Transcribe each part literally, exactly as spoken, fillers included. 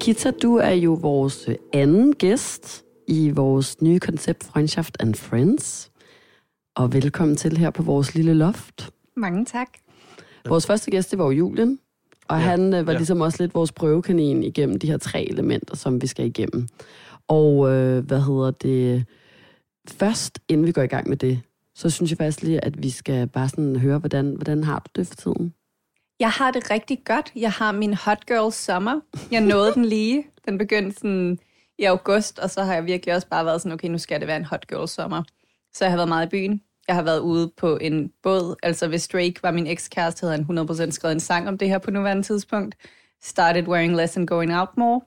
Nikita, du er jo vores anden gæst i vores nye koncept Freundschaft and Friends. Og velkommen til her på vores lille loft. Mange tak. Vores første gæst, det var jo Julian. Og ja, han øh, var ja. ligesom også lidt vores prøvekanin igennem de her tre elementer, som vi skal igennem. Og øh, hvad hedder det? Først, inden vi går i gang med det, så synes jeg faktisk lige, at vi skal bare sådan høre, hvordan, hvordan har du det for tiden? Jeg har det rigtig godt. Jeg har min hot girl summer. Jeg nåede den lige. Den begyndte sådan i august, og så har jeg virkelig også bare været sådan, okay, nu skal det være en hot girl summer. Så jeg har været meget i byen. Jeg har været ude på en båd. Altså hvis Drake var min ekskæreste, havde han hundrede procent skrevet en sang om det her på nuværende tidspunkt. Started wearing less and going out more.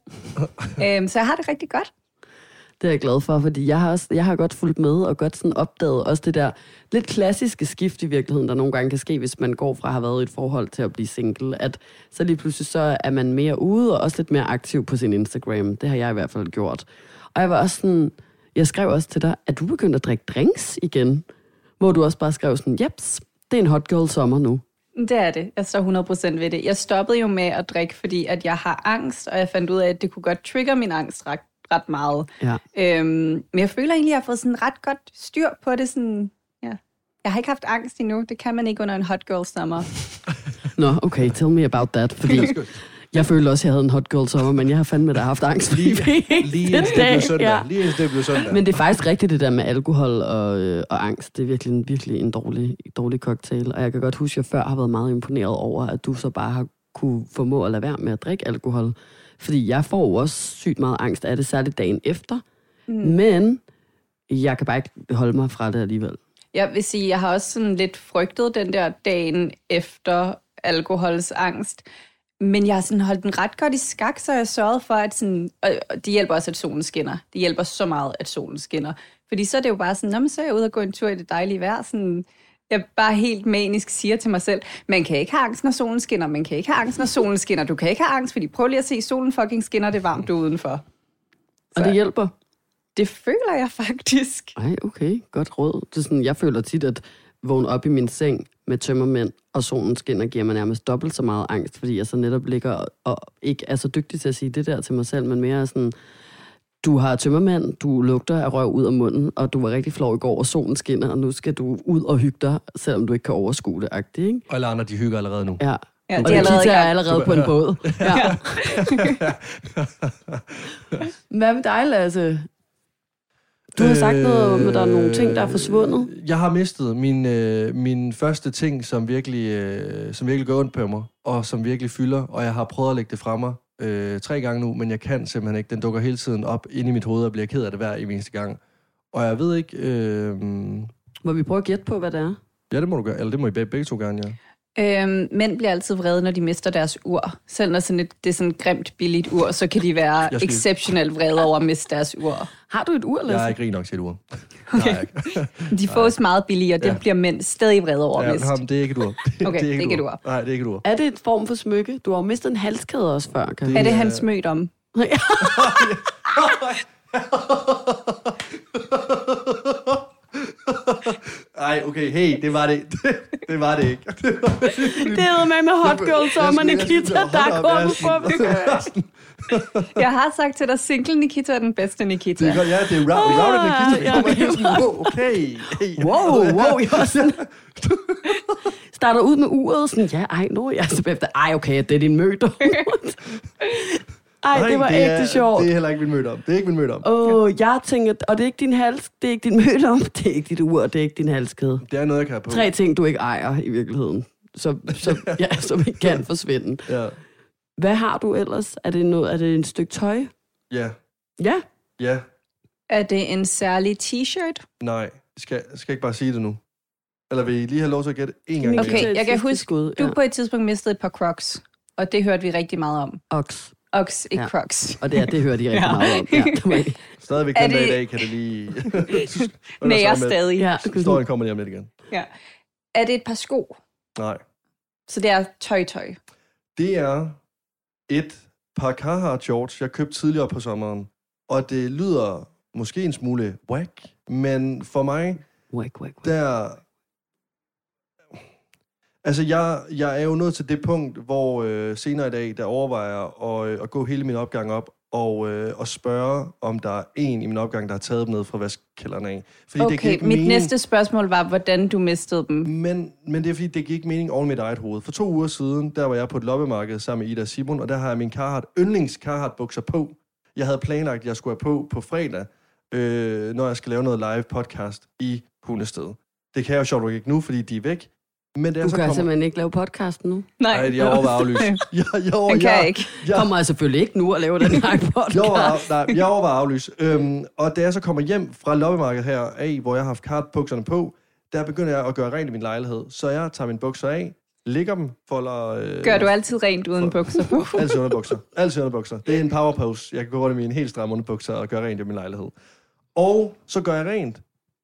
um, så jeg har det rigtig godt. Det er jeg glad for, fordi jeg har, også, jeg har godt fulgt med og godt sådan opdaget også det der lidt klassiske skift i virkeligheden, der nogle gange kan ske, hvis man går fra at have været i et forhold til at blive single, at så lige pludselig så er man mere ude og også lidt mere aktiv på sin Instagram. Det har jeg i hvert fald gjort. Og jeg var også sådan, jeg skrev også til dig, at du begyndte at drikke drinks igen, hvor du også bare skrev sådan, jeps, det er en hot girl sommer nu. Det er det. Jeg står hundrede procent ved det. Jeg stoppede jo med at drikke, fordi at jeg har angst, og jeg fandt ud af, at det kunne godt trigge min angst ret, ret meget. Ja. Øhm, men jeg føler egentlig, at jeg har fået sådan ret godt styr på det. Sådan, ja. Jeg har ikke haft angst endnu. Det kan man ikke under en hot girl summer. Nå, okay, tell me about that, fordi jeg følte også, at jeg havde en hot girl sommer, men jeg har fandme da haft angst. Lige, lige indtil det blev søndag. Ja. Lige indtil det blev søndag. Men det er faktisk rigtigt, det der med alkohol og, øh, og angst. Det er virkelig en, virkelig en dårlig, dårlig cocktail. Og jeg kan godt huske, at jeg før har været meget imponeret over, at du så bare har kunne formå at lade være med at drikke alkohol. Fordi jeg får jo også sygt meget angst af det, særligt dagen efter. Mm. Men jeg kan bare ikke holde mig fra det alligevel. Jeg vil sige, jeg har også sådan lidt frygtet den der dagen efter alkoholsangst. Men jeg har sådan holdt den ret godt i skak, så jeg sørget for, at sådan, og det hjælper også, at solen skinner. Det hjælper så meget, at solen skinner. Fordi så er det jo bare sådan, nå, men så er jeg ude og gå en tur i det dejlige vejr. Sådan, jeg bare helt manisk siger til mig selv, man kan ikke have angst, når solen skinner. Man kan ikke have angst, når solen skinner. Du kan ikke have angst, fordi prøv lige at se, solen fucking skinner, det er varmt ude udenfor. Så og det hjælper? Det føler jeg faktisk. Ej, okay. Godt råd. Det er sådan, jeg føler tit, at vågne op i min seng med tømmermænd, og solen skinner, giver mig nærmest dobbelt så meget angst, fordi jeg så netop ligger og, og ikke er så dygtig til at sige det der til mig selv, men mere sådan, du har tømmermænd, du lugter af røv ud af munden, og du var rigtig flov i går, og solen skinner, og nu skal du ud og hygge dig, selvom du ikke kan overskue det, agtigt, ikke? Og alle andre, de hygger allerede nu. Ja, ja og de er allerede, er allerede på en båd. Ja. Ja. Hvad med dig, Lasse? Du har sagt noget med, at der er nogle ting, der er forsvundet. Jeg har mistet min, øh, min første ting, som virkelig, øh, som virkelig går ondt på mig, og som virkelig fylder, og jeg har prøvet at lægge det fra mig øh, tre gange nu, men jeg kan simpelthen ikke. Den dukker hele tiden op inde i mit hoved, og bliver ked af det hver eneste gang. Og jeg ved ikke... Øh... Må vi prøve at gætte på, hvad det er? Ja, det må du gøre. Eller det må I begge to gerne, ja. Øhm, mænd bliver altid vrede, når de mister deres ur. Selv når sådan et, det er sådan et grimt, billigt ur, så kan de være skal... exceptionelt vrede over at miste deres ur. Har du et ur, Lasse? Jeg er ikke rig nok til et ur. Okay. De fås meget billigere, og det ja. bliver mænd stadig vrede over at miste. Ja, det er ikke et ur. Det, okay, det er ikke, ikke et et ur. ur. Nej, det er ikke et ur. Er det et form for smykke? Du har jo mistet en halskæde også før, kan det, Er det han smødt om? Ej, okay, hey, det var det. Det, det var det ikke. Det er med med hot girl sommer, Nikita, der er kommet på. Jeg har sagt til dig, single Nikita er den bedste Nikita. Det er, ja, det er routed Nikita. Ja, det er wow, okay. Hey. Wow, wow, jeg sådan. Starter ud med uret, sådan, ja, ej, nu, jeg så efter, ej, okay, det er din møde. Ej, det var det ægte er, sjovt. Det er heller ikke min møde om. Det er ikke min møde om. Åh, oh, jeg tænker, og det er ikke din hals, det er ikke din møde om, det er ikke dit ur, det er ikke din halskæde. Det er noget, jeg kan have på. Tre ting, du ikke ejer i virkeligheden, så, så, ja, som ikke kan forsvinde. Ja. Hvad har du ellers? Er det, noget, er det en stykke tøj? Ja. Ja? Ja. Er det en særlig t-shirt? Nej, skal, skal jeg ikke bare sige det nu? Eller vil I lige have lov til at gætte en gang? Okay, mere? jeg kan huske, skud, du ja. på et tidspunkt mistede et par Crocs, og det hørte vi rigtig meget om. Ox. Ox, ikke ja. Crocs. Og det, er, det hørte de rigtig ja. meget om. Ja, det var ikke. Stadigvæk den dag i dag kan det lige... Nej, jeg stadig. Ja. Historien kommer lige om lidt igen. Ja. Er det et par sko? Nej. Så det er tøj-tøj? Det er et par Carhartt shorts, jeg købte tidligere på sommeren. Og det lyder måske en smule whack, men for mig, whack, whack, whack. der... Altså, jeg, jeg er jo nået til det punkt, hvor øh, senere i dag, der overvejer at, øh, at gå hele min opgang op og, øh, og spørge, om der er en i min opgang, der har taget dem ned fra vaskekælderen af. Fordi okay, det gik mit mening, næste spørgsmål var, hvordan du mistede dem. Men, men det er fordi, det gik mening oven mit eget hoved. For to uger siden, der var jeg på et loppemarked sammen med Ida og Simon, og der har jeg min Carhartt, yndlings Carhartt bukser på. Jeg havde planlagt, at jeg skulle have på på fredag, øh, når jeg skal lave noget live podcast i Hundested. Det kan jeg jo sjovt ikke nu, fordi de er væk. Men det er du så kan kommer... simpelthen ikke lave podcasten nu? Nej, Nej, jeg overvejer aflyse. Jeg, jeg, over, Han kan jeg, ikke. Jeg, Kommer jeg selvfølgelig ikke nu at lave den her podcast. jeg overvejer, nej, jeg overvejer aflyse. Øhm, og da jeg så kommer hjem fra loppemarkedet her af, hvor jeg har haft Carhartt-bukserne på, der begynder jeg at gøre rent i min lejlighed. Så jeg tager mine bukser af, ligger dem, folder... Øh, Gør du altid rent uden bukser på? Altid underbukser. Altid underbukser. Det er en power pose. Jeg kan gå rundt i mine helt stramme underbukser og gøre rent i min lejlighed. Og så gør jeg rent.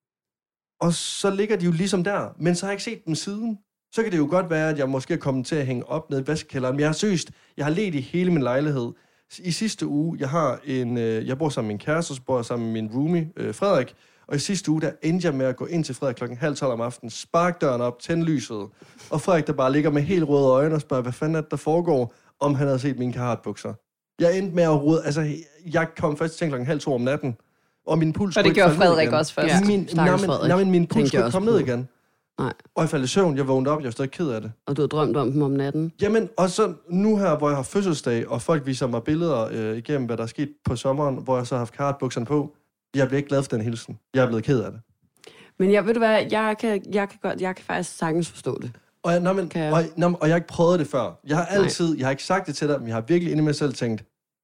Og så ligger de jo ligesom der. Men så har jeg ikke set dem siden. Så kan det jo godt være, at jeg måske er kommet til at hænge op ned i vaskekælderen. Men jeg har søgt. Jeg har let i hele min lejlighed. I sidste uge, jeg har en... Øh, jeg bor sammen med min kæreste, og så bor jeg sammen med min roomie, øh, Frederik. Og i sidste uge, der endte jeg med at gå ind til Frederik klokken halv tolv om aftenen, sparke døren op, tænde lyset. Og Frederik, der bare ligger med helt røde øjne og spørger, hvad fanden er det, der foregår, om han havde set mine Carhartt-bukser. Jeg endte med at rode... Altså, jeg kom først til klokken halv to om natten, og min puls... Og det gjorde Frederik også først. Ja, min, nej, men, nej, men min puls kunne komme ned igen. Nej. Og jeg faldt i søvn, jeg vågnede op, jeg var stadig ked af det. Og du har drømt om dem om natten? Jamen, og så nu her, hvor jeg har fødselsdag, og folk viser mig billeder øh, igennem, hvad der er sket på sommeren, hvor jeg så har haft Carhartt-bukserne på, jeg bliver ikke glad for den hilsen. Jeg er blevet ked af det. Men jeg ved du hvad, jeg kan, jeg kan, godt, jeg kan faktisk sagtens forstå det. Og jeg, nå, men, jeg... og, nå, og jeg har ikke prøvet det før. Jeg har altid, Nej. jeg har ikke sagt det til dig, men jeg har virkelig inde i mig selv tænkt,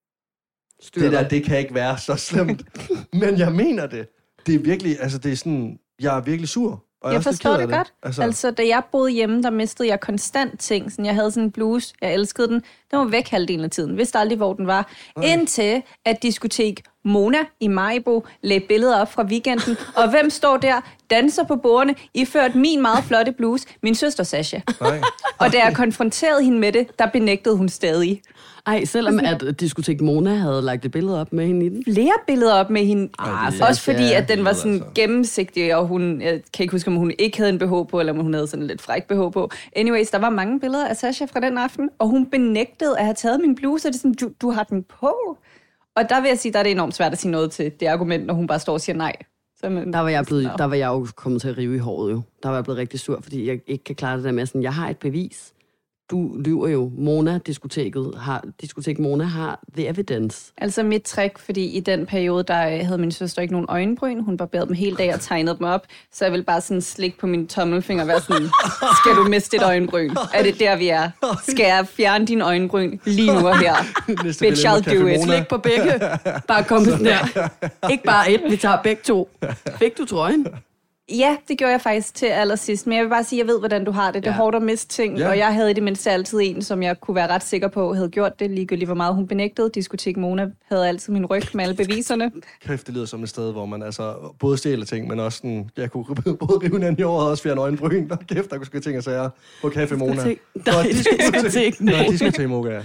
Styr det der, det kan ikke være så slemt. Men jeg mener det. Det er virkelig, altså det er sådan, jeg er virkelig sur. Og jeg, jeg forstår det, det godt. Altså... altså, da jeg boede hjemme, der mistede jeg konstant ting. Sådan, jeg havde sådan en bluse, jeg elskede den. Den var væk halvdelen af tiden. Vidste aldrig, hvor den var. Ej. Indtil at diskotek Mona i Maribo lagde billeder op fra weekenden. Og hvem står der? Danser på bordene, iført min meget flotte bluse. Min søster Sasha. Ej. Og da jeg konfronterede hende med det, der benægtede hun stadig. Ej, selvom at diskotek Mona havde lagt et billede op med hende i den? Flere billeder op med hende. Ah, også fordi, at den var sådan altså. gennemsigtig, og hun, jeg kan ikke huske, om hun ikke havde en B H på, eller om hun havde sådan en lidt fræk B H på. Anyways, der var mange billeder af Sasha fra den aften, og hun benægtede at have taget min bluse, og det er sådan, du, du har den på. Og der vil jeg sige, der er det enormt svært at sige noget til det argument, når hun bare står og siger nej. Så, men, der, var jeg blevet, der var jeg jo kommet til at rive i håret jo. Der var jeg blevet rigtig sur, fordi jeg ikke kan klare det der med sådan, jeg har et bevis. Du lyver jo. Mona, diskoteket, har, diskotek Mona har the evidence. Altså mit trick, fordi i den periode, der havde min søster ikke nogen øjenbryn. Hun barberede dem hele dag og tegnede dem op. Så jeg ville bare sådan slikke på min tommelfinger og være sådan, skal du miste et øjenbryn? Er det der, vi er? Skal jeg fjerne din øjenbryn lige nu og her? Bitch, I'll do it. Slik på begge. Bare kom sådan der. Ikke bare et, vi tager begge to. Fik du trøjen? Ja, det gjorde jeg faktisk til allersidst. Men jeg vil bare sige, at jeg ved, hvordan du har det. Det er ja. hårdt at miste ting. Ja. Og jeg havde i det mindste altid en, som jeg kunne være ret sikker på, havde gjort det. Ligegyldigt hvor meget hun benægtede. Diskotek Mona havde altid min ryg med alle beviserne. Kæft, det lyder som et sted, hvor man altså både stjæler ting, men også sådan, jeg kunne både rive hinanden i året og også fjerne øjenbryn. Der kæft, der kunne ske ting og sager på Café Mona. Nej, diskotek Mona. Nej, diskotek Mona, ja.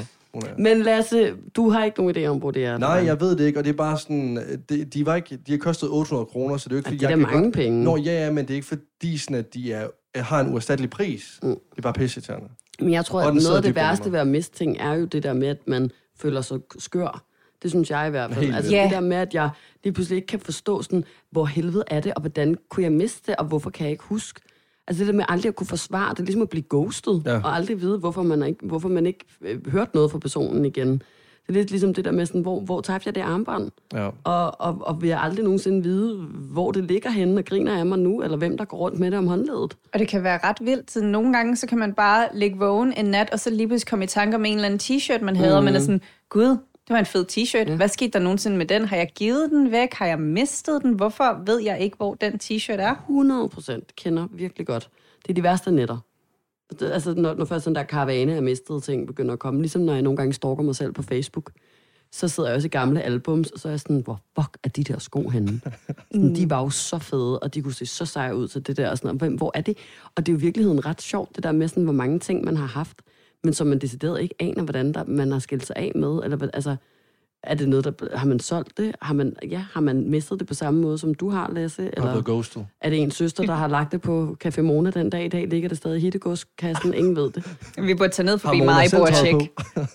Men Lasse, du har ikke nogen idé om, hvor det er? Nej, jeg ved det ikke, og det er bare sådan, de, de, var ikke, de har kostet otte hundrede kroner, så det er jo ikke, fordi ja, det er jeg mange godt... penge. Nå, ja, ja, men det er ikke fordi, sådan, at de er, har en uerstattelig pris. Mm. Det er bare pissetærende. Men jeg tror, at noget af det værste ved at miste ting, er jo det der med, at man føler sig skør. Det synes jeg i hvert fald. Altså yeah. det der med, at jeg lige pludselig ikke kan forstå, sådan, hvor helvede er det, og hvordan kunne jeg miste det, og hvorfor kan jeg ikke huske? Altså det der med aldrig at kunne forsvare, det er ligesom at blive ghostet, ja. Og aldrig vide, hvorfor man ikke, hvorfor man ikke øh, hørt noget fra personen igen. Det er lidt ligesom det der med, sådan, hvor, hvor tabte jeg det armbånd? Ja. Og, og, og vil jeg aldrig nogensinde vide, hvor det ligger henne, og griner af mig nu, eller hvem der går rundt med det om håndledet. Og det kan være ret vildt. Så nogle gange, så kan man bare ligge vågen en nat, og så lige pludselig komme i tanke om en eller anden t-shirt, man havde, mm. og man er sådan, gud, det var en fed t-shirt. Ja. Hvad skete der nogensinde med den? Har jeg givet den væk? Har jeg mistet den? Hvorfor ved jeg ikke, hvor den t-shirt er? hundrede procent kender virkelig godt. Det er de værste netter. Altså, når, når først sådan der karavane af mistede ting begynder at komme, ligesom når jeg nogle gange stalker mig selv på Facebook, så sidder jeg også i gamle albums, og så er jeg sådan, hvor fuck er de der sko henne? Sådan, de var jo så fede, og de kunne se så seje ud til det der, og sådan, og hvor er det? Og det er jo i virkeligheden ret sjovt, det der med sådan, hvor mange ting man har haft, men som man decideret ikke aner, hvordan der, man har skilt sig af med, eller altså, er det noget, der... Har man solgt det? Har man, ja, har man mistet det på samme måde, som du har, Lasse? Eller har ghostet. Er det en søster, der har lagt det på Café Mona den dag i dag? Ligger det stadig i hittegodskassen? Ingen ved det. Vi burde tage ned forbi Maribo og tjekke.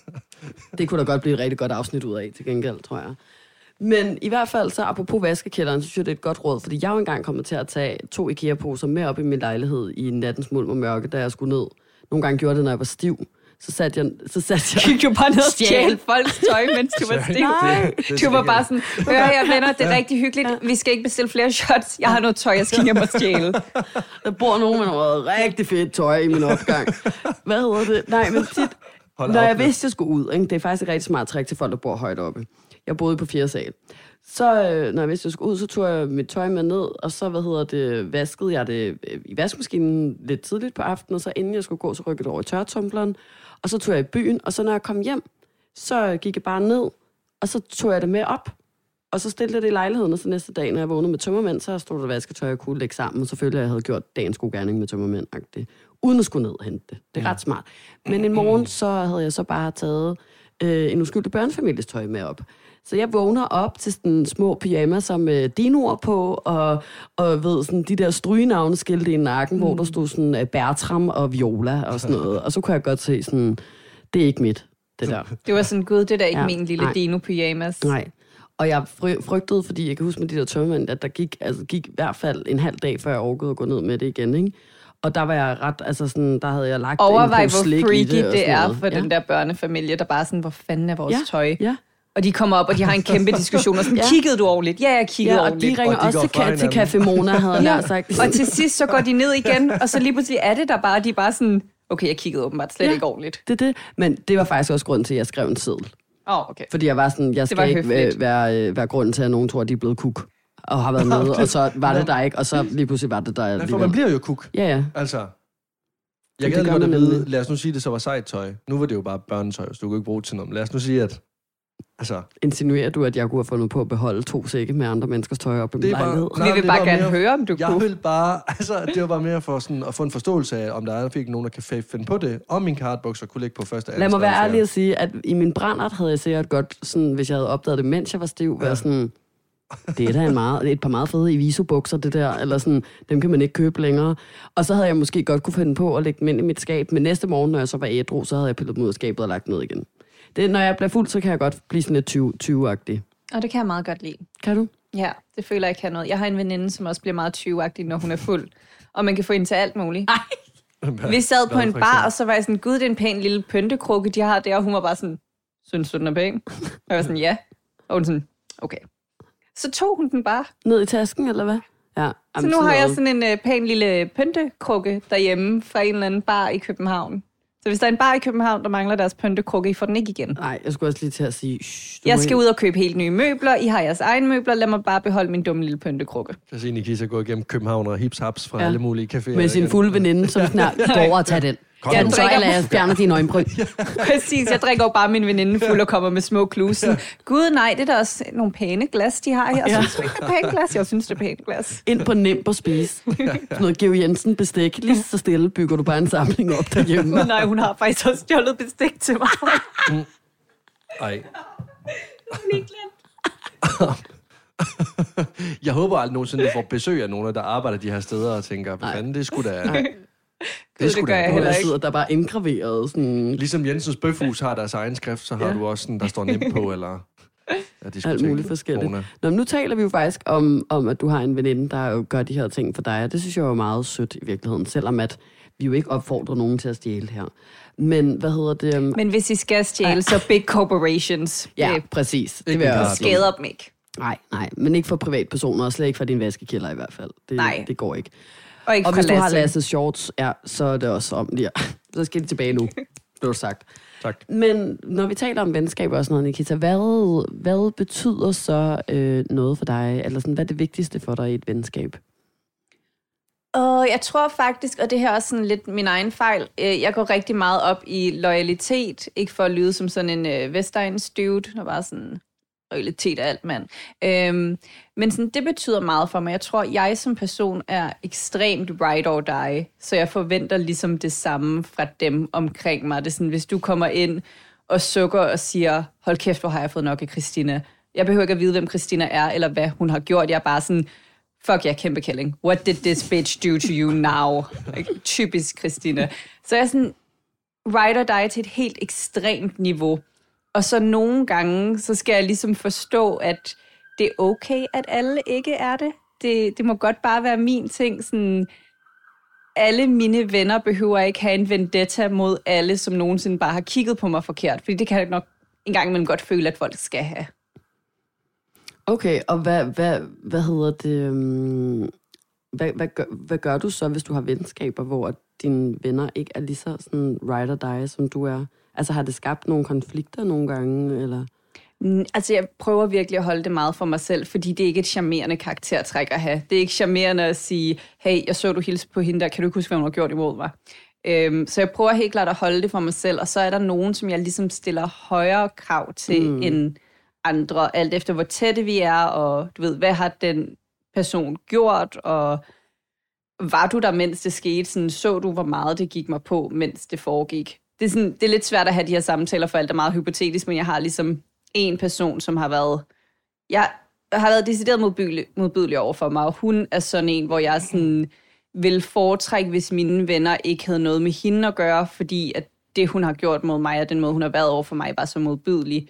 Det kunne da godt blive et rigtig godt afsnit ud af, til gengæld, tror jeg. Men i hvert fald, så apropos vaskekælderen, så synes jeg, det er et godt råd, fordi jeg jo engang kommet til at tage to IKEA-poser med op i min lejlighed i nattens mulm og mørke, da jeg skulle ned. Nogle gange gjorde det, når jeg var stiv. Så satte jeg... Så satte jeg Gik du bare ned og stjæle folks tøj, mens du var stiv? Nej. Du var bare sådan, hør jeg venner, det er rigtig hyggeligt. Vi skal ikke bestille flere shots. Jeg har noget tøj, jeg skal hjem og stjæle. Der bor nogen med noget rigtig fedt tøj i min opgang. Hvad hedder det? Nej, men tit... Når jeg vidste, jeg skulle ud, ikke? Det er faktisk et rigtig smart trick til folk, der bor højt oppe. Jeg boede på fjerde sal. Så øh, når jeg vidste, jeg skulle ud, så tog jeg mit tøj med ned, og så, hvad hedder det, vaskede jeg det øh, i vaskemaskinen lidt tidligt på aftenen, og så inden jeg skulle gå, så rykkede det over i tørretumbleren, og så tog jeg i byen, og så når jeg kom hjem, så gik jeg bare ned, og så tog jeg det med op, og så stillede jeg det i lejligheden, og så næste dag, når jeg vågnede med tømmermænd, så stod der vasketøj, jeg kunne lægge sammen, og selvfølgelig jeg havde gjort dagens gode gerning med tømmermænd, uden at skulle ned og hente det. Det er ret smart. Men en morgen, så havde jeg så bare taget øh, en uskyldig børnefamilies tøj med op. Så jeg vågner op til sådan små pyjamaser med dinoer på, og, og ved, sådan de der strygenavneskilte i nakken, mm. hvor der stod sådan uh, Bertram og Viola og sådan noget. Og så kunne jeg godt se sådan, det er ikke mit, det der. Det var sådan, gud, det der er ikke ja, min lille dino-pyjamas. Nej. Og jeg frygtede, fordi jeg kan huske med de der tømmermænd, at der gik, altså, gik i hvert fald en halv dag, før jeg overgåede at gå ned med det igen, ikke? Og der var jeg ret, altså sådan, der havde jeg lagt Overvej, en pose slik i det. Overvej, hvor freaky det er noget. for ja. den der børnefamilie, der bare sådan, hvor fanden er vores ja. tøj? Ja. Og de kommer op, og de har en kæmpe diskussion, og sådan, ja. kiggede du ordentligt? Ja, jeg kiggede ja, og ordentligt. de ringer og de også til, til Café Mona, havde jeg sagt. Og til sidst, så går de ned igen, og så lige pludselig er det der bare, de er bare sådan, okay, jeg kiggede åbenbart slet ja, ikke ordentligt. det er det. Men det var faktisk også grunden til, at jeg skrev en seddel. Åh, oh, okay. Fordi jeg var sådan, jeg skal ikke være, være, være grunden til, at nogen tror, at de er blevet kuk. Og har været med, og så var det der ikke, og så lige pludselig var det der. Nej, for man bliver jo kuk. Ja, ja. Altså, jeg gad godt at vide, lad os nu sige, det så var sejt tøj. Nu var det jo bare børnetøj, så du kunne ikke bruge det til noget. Lad os nu sige, at... Altså, insinuerer du, at jeg kunne have fundet på at beholde to sække med andre menneskers tøj op i min lejlighed? Vi vil bare gerne mere, høre, om du jeg kunne. Jeg vil bare... Altså, det var bare mere for sådan, at få en forståelse af, om der er fik nogen, der kan finde på det, om min cardbox og kunne lægge på første. Lad mig være ærlig at sige, at i min brændert havde jeg sikkert godt, sådan, hvis jeg havde opdaget det, mens jeg var stiv, ja. Været sådan... Det er da en meget, et par meget fede Iviso-bukser, det der, eller sådan, dem kan man ikke købe længere. Og så havde jeg måske godt kunne finde på at lægge dem ind i mit skab, men næste morgen, når jeg så var ædru, så havde jeg pillet dem ud af skabet og lagt ned igen. Det, når jeg bliver fuld, så kan jeg godt blive sådan lidt tyve-agtig. Og det kan jeg meget godt lide. Kan du? Ja, det føler jeg kan noget. Jeg har en veninde, som også bliver meget tyve-agtig, når hun er fuld. Og man kan få hende til alt muligt. Ej. Vi sad på en bar, og så var jeg sådan, gud, det er en pæn lille pyntekrukke, de har der. Og hun var bare sådan, synes du, den er pæn? Og jeg var sådan, ja. Og hun sådan, okay. Så tog hun den bare. Ned i tasken, eller hvad? Ja. Så nu har jeg sådan en uh, pæn lille pyntekrukke derhjemme fra en eller anden bar i København. Så hvis der er en bar i København, der mangler deres pyntekrukke, I får den ikke igen. Nej, jeg skulle også lige til at sige... Jeg skal ud og købe helt nye møbler. I har jeres egne møbler. Lad mig bare beholde min dumme lille pyntekrukke. Jeg ser Nikita gå igennem København og hips-haps fra ja. alle mulige caféer. Med sin fulde veninde, som snart går over og tager den. Kom, jeg så eller jeg fjerner dine øjenbryn. Præcis, jeg drikker jo bare min veninde fuld og kommer med små klusen. Gud nej, det er da også nogle pæne glas, de har her. Jeg synes ikke, det er pæne glas. Jeg synes, det er pæne glas. Ind på nemt at spise. Sådan noget Georg Jensen bestik. Lige så stille bygger du bare en samling op derhjemme. Nej, hun har faktisk også stjålet bestik til mig. Mm. Ej. Jeg håber aldrig nogensinde, at du får besøg af nogen, der arbejder de her steder og tænker, hvad fanden, det skulle da... Det, det, det gør jeg heller ikke. Sidder der bare indgraveret sådan... Ligesom Jensens Bøfhus har deres egen skrift, så har ja. du også sådan, der står nemt på, eller... Ja, alt muligt forskelligt. Nå, men nu taler vi jo faktisk om, om, at du har en veninde, der jo gør de her ting for dig, og det synes jeg er jo meget sødt i virkeligheden, selvom at vi jo ikke opfordrer nogen til at stjæle her. Men hvad hedder det? Um... Men hvis I skal stjæle, så big corporations. Ja, det, præcis. Det vil jeg også. Skader dem ikke. Nej, nej, men ikke for privatpersoner, og slet ikke for din vaskekælder i hvert fald. Det, nej. Det går ikke. Og, ikke og hvis Lasse. du har Lasses shorts, ja, så er det også om det. Ja. Så skal de tilbage nu, det du sagt. Tak. Men når vi taler om venskab og sådan noget, Nikita, hvad, hvad betyder så øh, noget for dig? Eller sådan, hvad er det vigtigste for dig i et venskab? Uh, jeg tror faktisk, og det her er også sådan lidt min egen fejl, uh, jeg går rigtig meget op i loyalitet, ikke for at lyde som sådan en uh, Vestegns dude, der bare sådan... loyalitet af alt, mand. Øhm, men sådan, det betyder meget for mig. Jeg tror, jeg som person er ekstremt ride or die, så jeg forventer ligesom det samme fra dem omkring mig. Det er sådan, hvis du kommer ind, og sukker og siger, hold kæft, hvor har jeg fået nok af Christina. Jeg behøver ikke at vide, hvem Christina er, eller hvad hun har gjort. Jeg er bare sådan, fuck ja, kæmpe kælling. What did this bitch do to you now? Like, typisk Christina. Så jeg er sådan, ride or die til et helt ekstremt niveau. Og så nogle gange, så skal jeg ligesom forstå, at det er okay, at alle ikke er det. Det, det må godt bare være min ting. Sådan, alle mine venner behøver ikke have en vendetta mod alle, som nogensinde bare har kigget på mig forkert. Fordi det kan jeg nok en gang imellem godt føle, at folk skal have. Okay, og hvad, hvad, hvad hedder det? Um, hvad, hvad, gør, hvad gør du så, hvis du har venskaber, hvor dine venner ikke er lige så sådan ride or die, som du er? Altså har det skabt nogle konflikter nogle gange, eller? Altså jeg prøver virkelig at holde det meget for mig selv, fordi det er ikke et charmerende karaktertræk at have. Det er ikke charmerende at sige, hey, jeg så du hilse på hende der, kan du ikke huske, hvad hun har gjort imod mig? Øhm, så jeg prøver helt klart at holde det for mig selv, og så er der nogen, som jeg ligesom stiller højere krav til mm. end andre, alt efter hvor tætte vi er, og du ved, hvad har den person gjort, og var du der, mens det skete? Sådan, så du, hvor meget det gik mig på, mens det foregik? Det er, sådan, det er lidt svært at have de her samtaler, for alt er meget hypotetisk, men jeg har ligesom en person, som har været, jeg har været decideret modbydelig, modbydelig over for mig, og hun er sådan en, hvor jeg sådan vil foretrække, hvis mine venner ikke havde noget med hende at gøre, fordi at det, hun har gjort mod mig, og den måde, hun har været over for mig, var så modbydelig.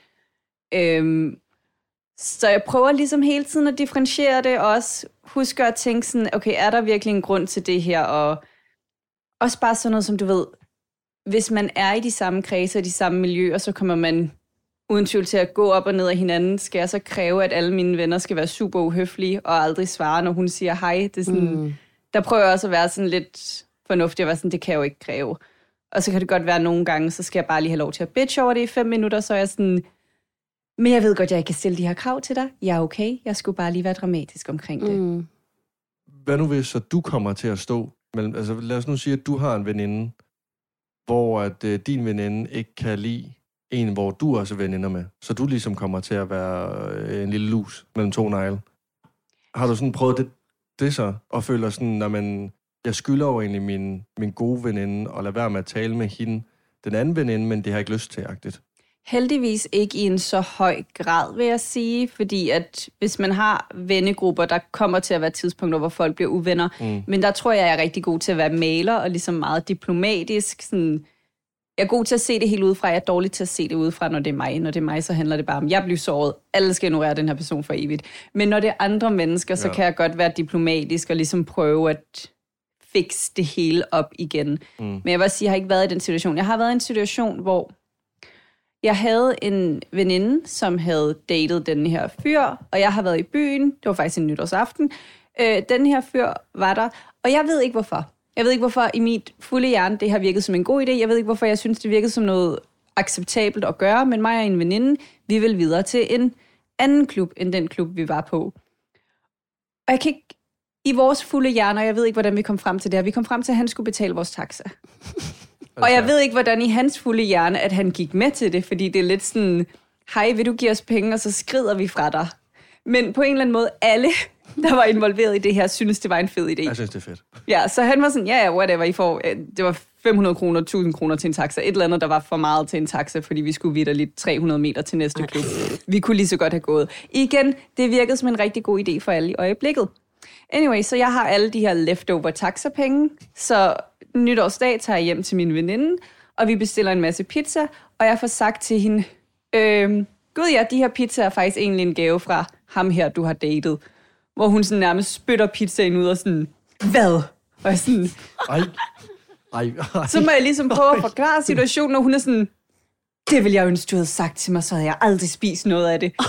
Øhm, så jeg prøver ligesom hele tiden at differentiere det, og også huske at tænke sådan, okay, er der virkelig en grund til det her, og også bare sådan noget, som du ved, hvis man er i de samme kredse og de samme miljøer, så kommer man uden tvivl til at gå op og ned af hinanden. Skal jeg så kræve, at alle mine venner skal være super uhøflige og aldrig svare, når hun siger hej? Det er sådan, mm. Der prøver jeg også at være sådan lidt fornuftig og være sådan, det kan jeg jo ikke kræve. Og så kan det godt være nogle gange, så skal jeg bare lige have lov til at bitch over det i fem minutter, så er jeg sådan, men jeg ved godt, jeg ikke kan stille de her krav til dig. Jeg er okay, jeg skulle bare lige være dramatisk omkring det. Mm. Hvad nu hvis så du kommer til at stå mellem, altså lad os nu sige, at du har en veninde, hvor at øh, din veninde ikke kan lide en, hvor du også er veninder med, så du ligesom kommer til at være øh, en lille lus mellem to negle. Har du sådan prøvet det, det så, og føler sådan, når man, jeg skylder jo egentlig min, min gode veninde, og lade være med at tale med hende, den anden veninde, men det har jeg ikke lyst til, agtigt? Heldigvis ikke i en så høj grad, vil jeg sige, fordi at hvis man har vennegrupper, der kommer til at være tidspunkter, hvor folk bliver uvenner, mm. men der tror jeg, jeg er rigtig god til at være maler, og ligesom meget diplomatisk. Sådan, jeg er god til at se det helt udefra, jeg er dårlig til at se det udefra, når det er mig. Når det er mig, så handler det bare om, jeg bliver såret, alle skal ignorere den her person for evigt. Men når det er andre mennesker, så ja. kan jeg godt være diplomatisk, og ligesom prøve at fikse det hele op igen. Mm. Men jeg vil sige, jeg har ikke været i den situation. Jeg har været i en situation, hvor jeg havde en veninde, som havde datet den her fyr, og jeg har været i byen. Det var faktisk en nytårsaften. Øh, den her fyr var der, og jeg ved ikke hvorfor. Jeg ved ikke hvorfor i mit fulde hjerne det har virket som en god idé. Jeg ved ikke hvorfor jeg synes det virkede som noget acceptabelt at gøre, men mig og en veninde, vi vil videre til en anden klub end den klub vi var på. Og jeg kan ikke i vores fulde hjerner, jeg ved ikke hvordan vi kom frem til det her. Vi kom frem til at han skulle betale vores taxa. Og jeg ved ikke, hvordan i hans fulde hjerne, at han gik med til det, fordi det er lidt sådan, hej, vil du give os penge, og så skrider vi fra dig. Men på en eller anden måde, alle, der var involveret i det her, synes det var en fed idé. Jeg synes, det er fedt. Ja, så han var sådan, ja, ja, whatever, I får, det var fem hundrede kroner, tusind kroner til en taxa. Et eller andet, der var for meget til en taxa, fordi vi skulle vitterligt tre hundrede meter til næste klub. Vi kunne lige så godt have gået. Igen, det virkede som en rigtig god idé for alle i øjeblikket. Anyway, så jeg har alle de her leftover taxapenge, så nytårsdag tager jeg hjem til min veninde, og vi bestiller en masse pizza, og jeg får sagt til hende, øh, gud ja, de her pizzaer er faktisk egentlig en gave fra ham her, du har datet. Hvor hun sådan nærmest spytter pizzaen ud og sådan, hvad? Og jeg sådan, ej, ej, ej. Så må jeg ligesom prøve at forklare situationen, og hun er sådan, det ville jeg ønske, du havde sagt til mig, så havde jeg aldrig spist noget af det.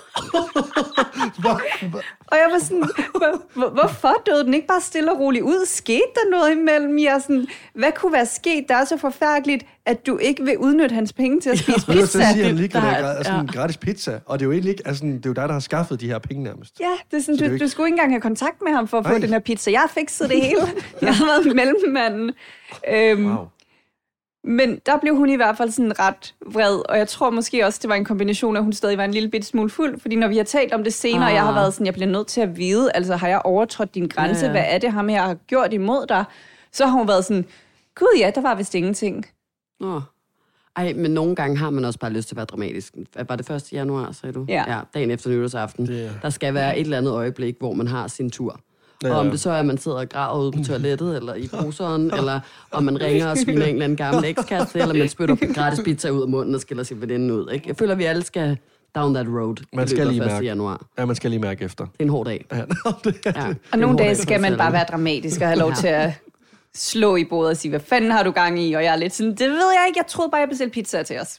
Og jeg var sådan, hvorfor døde den ikke bare stille og roligt ud? Skete der noget imellem jer? Sådan, hvad kunne være sket? Der er så forfærdeligt, at du ikke vil udnytte hans penge til at spise ja, pizza. Det siger han lige, at det er sådan en gratis pizza, og det er jo egentlig ikke, altså, det er jo dig, der har skaffet de her penge nærmest. Ja, det er sådan, du, ikke... du skulle ikke engang have kontakt med ham for at Ej. få den her pizza. Jeg har fikset det hele. Jeg har været mellemmanden. Øhm, wow. Men der blev hun i hvert fald sådan ret vred, og jeg tror måske også, det var en kombination af, at hun stadig var en lille bitte smule fuld, fordi når vi har talt om det senere, ah. jeg har været sådan, jeg bliver nødt til at vide, altså har jeg overtrådt din grænse, ja, ja. Hvad er det ham her har gjort imod dig? Så har hun været sådan, gud ja, der var vist ingenting. Oh. Ej, men nogle gange har man også bare lyst til at være dramatisk. Var det første januar, sagde du? Ja. ja dagen efter nytårsaften. Det... Der skal være et eller andet øjeblik, hvor man har sin tur. Ja, ja. Og om det så er, at man sidder og græder ude på toilettet, eller i bruseren, eller om man ringer og sviner en eller anden gammel ekskæreste, eller man spytter gratis pizza ud af munden og skiller sin veninde ud. Ikke? Jeg føler, at vi alle skal down that road man skal lige mærke. januar. Ja, man skal lige mærke efter. Det er en hård dag. Ja, det er ja. Og nogle dage skal man bare være dramatisk og have lov til at slå i bordet og sige, hvad fanden har du gang i? Og jeg er lidt sådan, det ved jeg ikke, jeg troede bare, jeg bestilte pizza til os.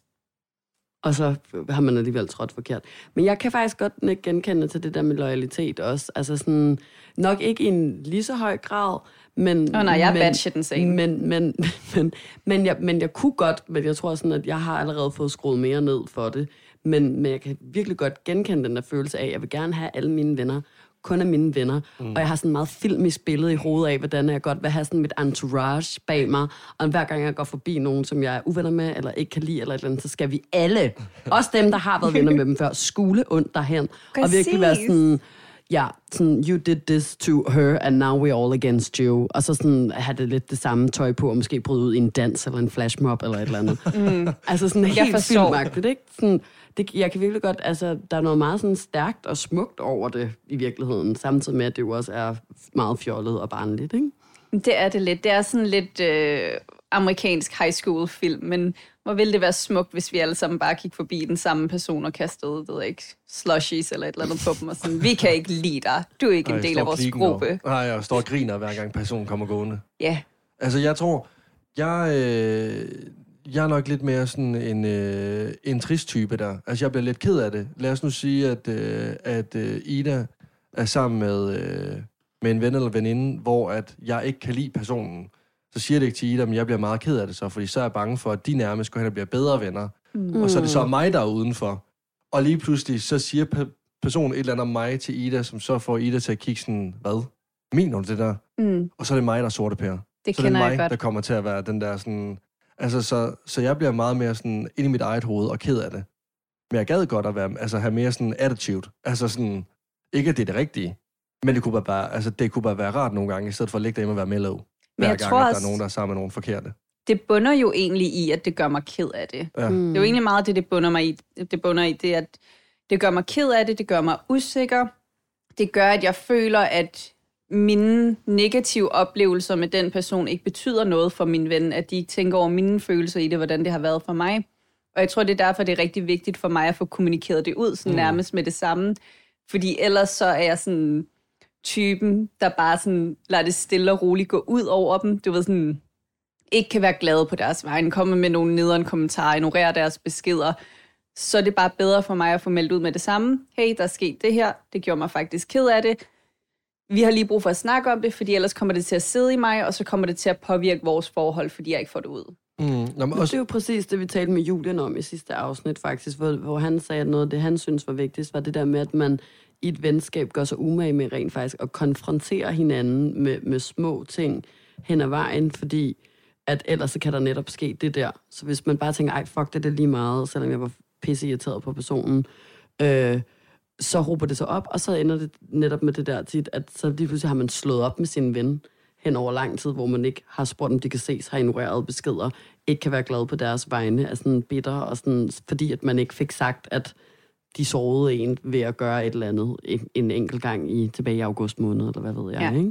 Og så har man alligevel trådt forkert. Men jeg kan faktisk godt ikke genkende til det der med loyalitet også. Altså sådan, nok ikke i en lige så høj grad, men... Åh oh, nej, jeg er men, bad shit insane. Men, men, men, men, jeg, men jeg kunne godt, men jeg tror sådan, at jeg har allerede fået skruet mere ned for det. Men, men jeg kan virkelig godt genkende den der følelse af, at jeg vil gerne have alle mine venner, kun af mine venner. Mm. Og jeg har sådan meget filmisk billede i hovedet af, hvordan jeg godt vil have sådan mit entourage bag mig. Og hver gang jeg går forbi nogen, som jeg er uvenner med, eller ikke kan lide, eller et eller andet, så skal vi alle, også dem, der har været venner med dem før, skule ondt derhen. Præcis. Og virkelig være sådan, ja, sådan, you did this to her, and now we're all against you. Og så sådan, have det lidt det samme tøj på, og måske bryde ud i en dans, eller en flashmob, eller et eller andet. Mm. Altså sådan helt filmagtigt, ikke? Sådan, det, jeg kan virkelig godt, altså, der er noget meget sådan stærkt og smukt over det i virkeligheden, samtidig med, at det jo også er meget fjollet og barnligt, ikke? Det er det lidt. Det er sådan lidt øh, amerikansk high school film, men hvor ville det være smukt, hvis vi alle sammen bare gik forbi den samme person og kastede, det ved jeg ikke, slushies eller et eller andet på dem, og sådan, vi kan ikke lide dig. Du er ikke Ej, en del af vores gruppe. Nej, jeg står og griner, hver gang personen kommer gående. Ja. Yeah. Altså, jeg tror, jeg... Øh Jeg er nok lidt mere sådan en, øh, en trist type der. Altså, jeg bliver lidt ked af det. Lad os nu sige, at, øh, at øh, Ida er sammen med, øh, med en ven eller veninde, hvor at jeg ikke kan lide personen. Så siger det ikke til Ida, men jeg bliver meget ked af det så, fordi så er jeg bange for, at de nærmest går hen og bliver bedre venner. Mm. Og så er det så mig, der er udenfor. Og lige pludselig, så siger pe- personen et eller andet om mig til Ida, som så får Ida til at kigge sådan, hvad? Mener du det der? Mm. Og så er det mig, der er sorte pære. Det så det er mig, der kommer til at være den der sådan... Altså, så, så jeg bliver meget mere sådan inde i mit eget hoved og ked af det. Men jeg gad godt at være, altså, have mere sådan attitude. Altså sådan, ikke at det er det rigtige, men det kunne bare, bare, altså, det kunne bare være rart nogle gange, i stedet for at ligge derhjemme og være mellow. Hver gang, tror, at der er nogen, der er sammen med nogen forkerte. Det bunder jo egentlig i, at det gør mig ked af det. Ja. Mm. Det er jo egentlig meget det, det bunder mig i. Det bunder i det, at det gør mig ked af det, det gør mig usikker. Det gør, at jeg føler, at mine negative oplevelser med den person ikke betyder noget for min ven, at de ikke tænker over mine følelser i det, hvordan det har været for mig. Og jeg tror, det er derfor, det er rigtig vigtigt for mig at få kommunikeret det ud, sådan mm. nærmest med det samme. Fordi ellers så er jeg sådan typen, der bare sådan lader det stille og roligt gå ud over dem. Du ved sådan, ikke kan være glade på deres vegne, komme med nogle nederen kommentarer, ignorere deres beskeder. Så er det bare bedre for mig at få meldt ud med det samme. Hey, der er sket det her. Det gjorde mig faktisk ked af det. Vi har lige brug for at snakke om det, fordi ellers kommer det til at sidde i mig, og så kommer det til at påvirke vores forhold, fordi jeg ikke får det ud. Mm. Nå, men også... Det er jo præcis det, vi talte med Julian om i sidste afsnit faktisk, hvor, hvor han sagde, at noget af det, han synes var vigtigst, var det der med, at man i et venskab gør sig umage med rent faktisk at konfrontere hinanden med, med små ting hen ad vejen, fordi at ellers så kan der netop ske det der. Så hvis man bare tænker, ej, fuck det, det er lige meget, selvom jeg var pisse irriteret på personen, øh, så råber det sig op, og så ender det netop med det der tit, at så lige pludselig har man slået op med sin ven hen over lang tid, hvor man ikke har spurgt, om de kan ses, har ignoreret beskeder, ikke kan være glad på deres vegne, er sådan bitter, og sådan, fordi at man ikke fik sagt, at de sårede en ved at gøre et eller andet en, en enkelt gang i tilbage i august måned, eller hvad ved jeg, ja. Ikke?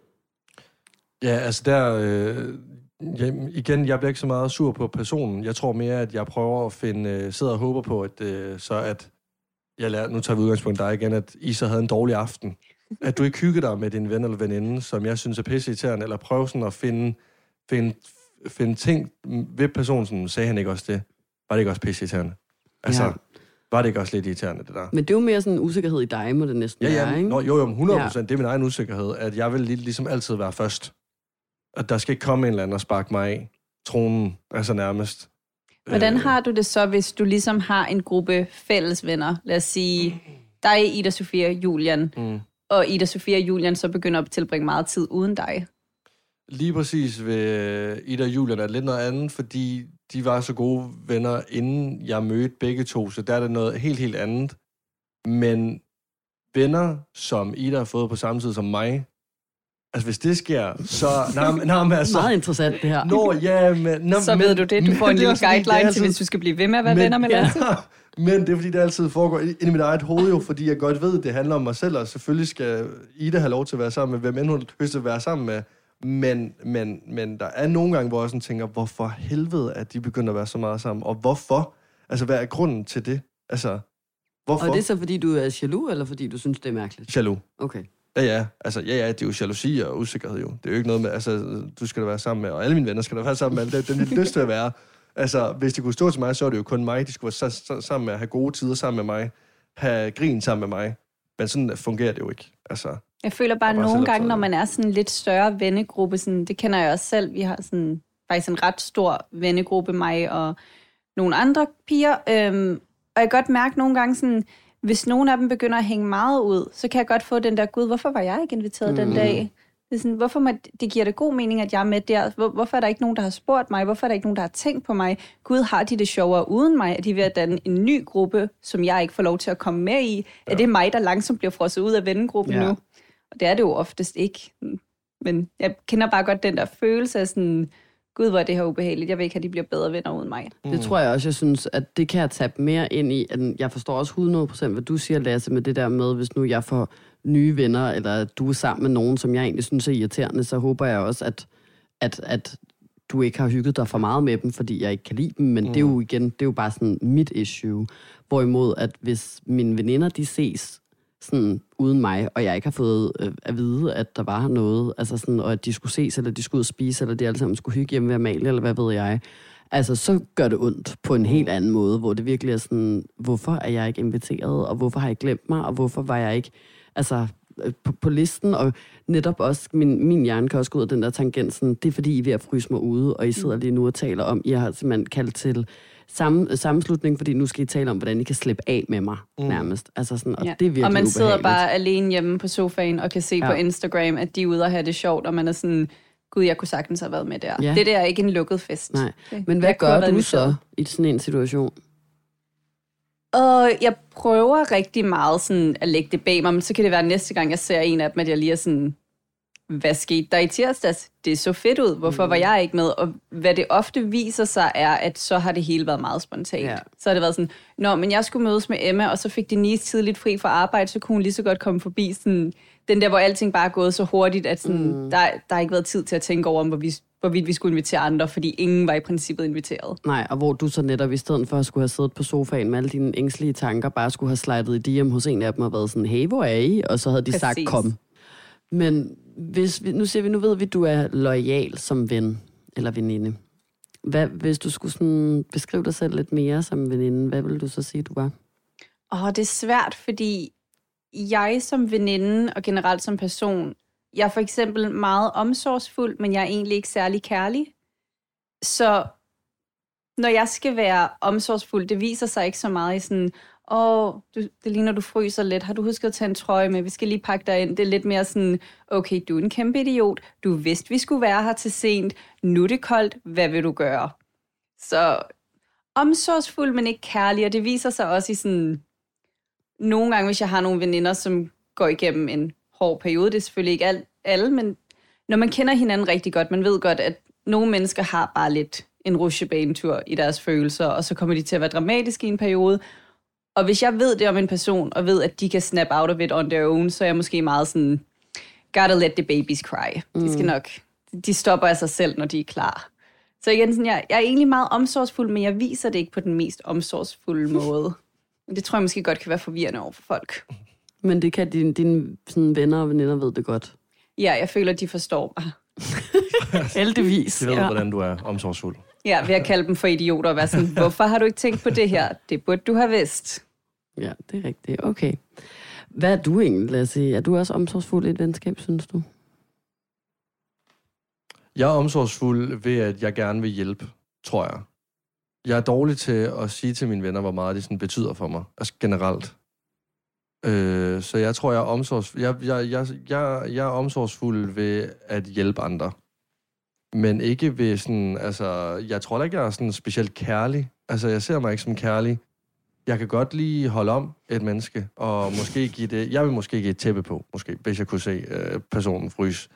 Ja, altså der... Øh, ja, igen, jeg bliver ikke så meget sur på personen. Jeg tror mere, at jeg prøver at finde... Øh, sidder og håber på, at øh, så at... Jeg lærer, nu tager vi udgangspunkt dig igen, at I så havde en dårlig aften. At du ikke hygger dig med din ven eller veninde, som jeg synes er pisseirriterende, eller prøve sådan at finde, finde, finde ting ved personen, som sagde han ikke også det. Var det ikke også pisseirriterende? Altså, ja. Var det ikke også lidt irriterende, det der? Men det er jo mere sådan en usikkerhed i dig, må det næsten ja, ja, være, ikke? Nå, jo, jo, hundrede procent. Ja. Det er min egen usikkerhed, at jeg vil ligesom altid være først. At der skal ikke komme en eller anden og sparke mig af tronen, altså nærmest. Hvordan har du det så, hvis du ligesom har en gruppe fælles venner? Lad os sige, dig, Ida, Sofia, Julian, mm. og Ida, Sofia og Julian så begynder at tilbringe meget tid uden dig. Lige præcis ved Ida og Julian er det lidt noget andet, fordi de var så gode venner, inden jeg mødte begge to, så der er det noget helt, helt andet. Men venner, som Ida har fået på samme tid som mig, Altså, hvis det sker, så... Nej, nej, men altså... Meget interessant, det her. Nå, ja, men... Nå, så ved men, du det. Du får en lille guideline altid, til, hvis du skal blive ved med at være men, venner med Lasse. Ja, men det er, fordi det altid foregår inde i mit eget hoved, jo, fordi jeg godt ved, at det handler om mig selv, og selvfølgelig skal Ida have lov til at være sammen med, hvem end hun har lyst til at være sammen med. Men, men, men der er nogle gange, hvor jeg sådan tænker, hvorfor helvede er de begyndt at være så meget sammen? Og hvorfor? Altså, hvad er grunden til det? Altså, hvorfor? Og det er så, fordi du er jaloux, eller fordi du synes, det er mærkeligt? Jaloux. Okay. Ja, ja. Altså, ja, ja, det er jo jalousi og usikkerhed jo. Det er jo ikke noget med, altså, du skal da være sammen med, og alle mine venner skal da være sammen med, alle dem, de lyst til at være. Altså, hvis de kunne stå til mig, så er det jo kun mig. De skulle være så, så, sammen med, have gode tider sammen med mig, have grin sammen med mig. Men sådan fungerer det jo ikke. Altså, jeg føler bare, bare nogle gange, når man er sådan en lidt større vennegruppe, sådan, det kender jeg også selv, vi har sådan, faktisk en ret stor vennegruppe, mig og nogle andre piger, øhm, og jeg kan godt mærke nogle gange sådan, hvis nogen af dem begynder at hænge meget ud, så kan jeg godt få den der, gud, hvorfor var jeg ikke inviteret mm. den dag? Det, er sådan, hvorfor må, det giver det god mening, at jeg er med der. Hvor, hvorfor er der ikke nogen, der har spurgt mig? Hvorfor er der ikke nogen, der har tænkt på mig? Gud, har de det sjovere uden mig? Er de ved at danne en ny gruppe, som jeg ikke får lov til at komme med i? Ja. Er det mig, der langsomt bliver frosset ud af vennegruppen ja. nu? Og det er det jo oftest ikke. Men jeg kender bare godt den der følelse af sådan, gud, hvor er det her ubehageligt. Jeg vil ikke, at de bliver bedre venner uden mig. Mm. Det tror jeg også, jeg synes, at det kan jeg tage mere ind i. At jeg forstår også hundrede procent, hvad du siger, Lasse, med det der med, hvis nu jeg får nye venner, eller du er sammen med nogen, som jeg egentlig synes er irriterende, så håber jeg også, at, at, at du ikke har hygget dig for meget med dem, fordi jeg ikke kan lide dem. Men mm. det er jo igen, det er jo bare sådan mit issue. Hvorimod, at hvis mine veninder, de ses sådan uden mig, og jeg ikke har fået øh, at vide, at der var noget, altså sådan, og at de skulle ses, eller de skulle ud og spise, eller de alle sammen skulle hygge hjemme ved Amalie, eller hvad ved jeg, altså så gør det ondt på en helt anden måde, hvor det virkelig er sådan, hvorfor er jeg ikke inviteret, og hvorfor har jeg glemt mig, og hvorfor var jeg ikke, altså på, på listen, og netop også, min, min hjerne kan også gå ud af den der tangent, sådan, det er fordi, I er ved at fryse mig ude, og I sidder lige nu og taler om, I har simpelthen kaldt til Samme, sammenslutning, fordi nu skal I tale om, hvordan I kan slippe af med mig, mm. nærmest. Altså sådan, og ja. det er virkelig Og man sidder ubehageligt. bare alene hjemme på sofaen og kan se ja. på Instagram, at de er ude og have det sjovt, og man er sådan, gud, jeg kunne sagtens have været med der. Ja. Det der er ikke en lukket fest. Nej. Men hvad gør du så i sådan en situation? Og jeg prøver rigtig meget sådan at lægge det bag mig, men så kan det være næste gang, jeg ser en af dem, at jeg lige er sådan, hvad skete der i tirsdags? Det så fedt ud. Hvorfor mm. var jeg ikke med? Og hvad det ofte viser sig er, at så har det hele været meget spontant. Ja. Så har det været sådan, nå, men jeg skulle mødes med Emma, og så fik Denise tidligt fri fra arbejde, så kunne hun lige så godt komme forbi. Sådan, den der, hvor alting bare er gået så hurtigt, at sådan, mm. der, der har ikke været tid til at tænke over, hvor vi, hvorvidt vi skulle invitere andre, fordi ingen var i princippet inviteret. Nej, og hvor du så netop i stedet for at skulle have siddet på sofaen med alle dine ængstlige tanker, bare skulle have slidet i D M hos en af dem og været sådan, hey, hvor er I? Og så havde de Præcis. sagt, kom. Men hvis vi, nu siger vi, nu ved vi, at du er loyal som ven eller veninde. Hvad, hvis du skulle sådan beskrive dig selv lidt mere som veninde, hvad ville du så sige, du var? Åh, det er svært, fordi jeg som veninde og generelt som person, jeg er for eksempel meget omsorgsfuld, men jeg er egentlig ikke særlig kærlig. Så når jeg skal være omsorgsfuld, det viser sig ikke så meget i sådan, åh, oh, det ligner, du fryser lidt. Har du husket at tage en trøje med? Vi skal lige pakke dig ind. Det er lidt mere sådan, okay, du er en kæmpe idiot. Du vidste, vi skulle være her til sent. Nu er det koldt. Hvad vil du gøre? Så omsorgsfuld, men ikke kærlig. Og det viser sig også i sådan, nogle gange, hvis jeg har nogle veninder, som går igennem en hård periode. Det er selvfølgelig ikke alle, men når man kender hinanden rigtig godt, man ved godt, at nogle mennesker har bare lidt en rutsjebanetur i deres følelser, og så kommer de til at være dramatiske i en periode. Og hvis jeg ved det om en person, og ved, at de kan snap out of it on their own, så er jeg måske meget sådan, gotta let the babies cry. Mm. De skal nok, de stopper af sig selv, når de er klar. Så igen, sådan, jeg, jeg er egentlig meget omsorgsfuld, men jeg viser det ikke på den mest omsorgsfulde måde. Det tror jeg måske godt kan være forvirrende over for folk. Men det kan dine, dine sådan venner og veninder ved det godt. Ja, jeg føler, at de forstår mig. Heldigvis. De ved, ja. hvordan du er omsorgsfuld. Ja, ved at kalde dem for idioter og være sådan, hvorfor har du ikke tænkt på det her? Det burde du have vidst. Ja, det er rigtigt. Okay. Hvad er du egentlig, Lasse? Er du også omsorgsfuld i et venskab, synes du? Jeg er omsorgsfuld ved, at jeg gerne vil hjælpe, tror jeg. Jeg er dårlig til at sige til mine venner, hvor meget det sådan betyder for mig. Altså generelt. Øh, så jeg tror, jeg er omsorgsfuld. Jeg, jeg, jeg, jeg, jeg er omsorgsfuld ved at hjælpe andre. Men ikke ved sådan, altså, jeg tror ikke, jeg er sådan specielt kærlig. Altså, jeg ser mig ikke som kærlig. Jeg kan godt lige holde om et menneske, og måske give det, jeg vil måske give et tæppe på, måske, hvis jeg kunne se øh, personen fryse.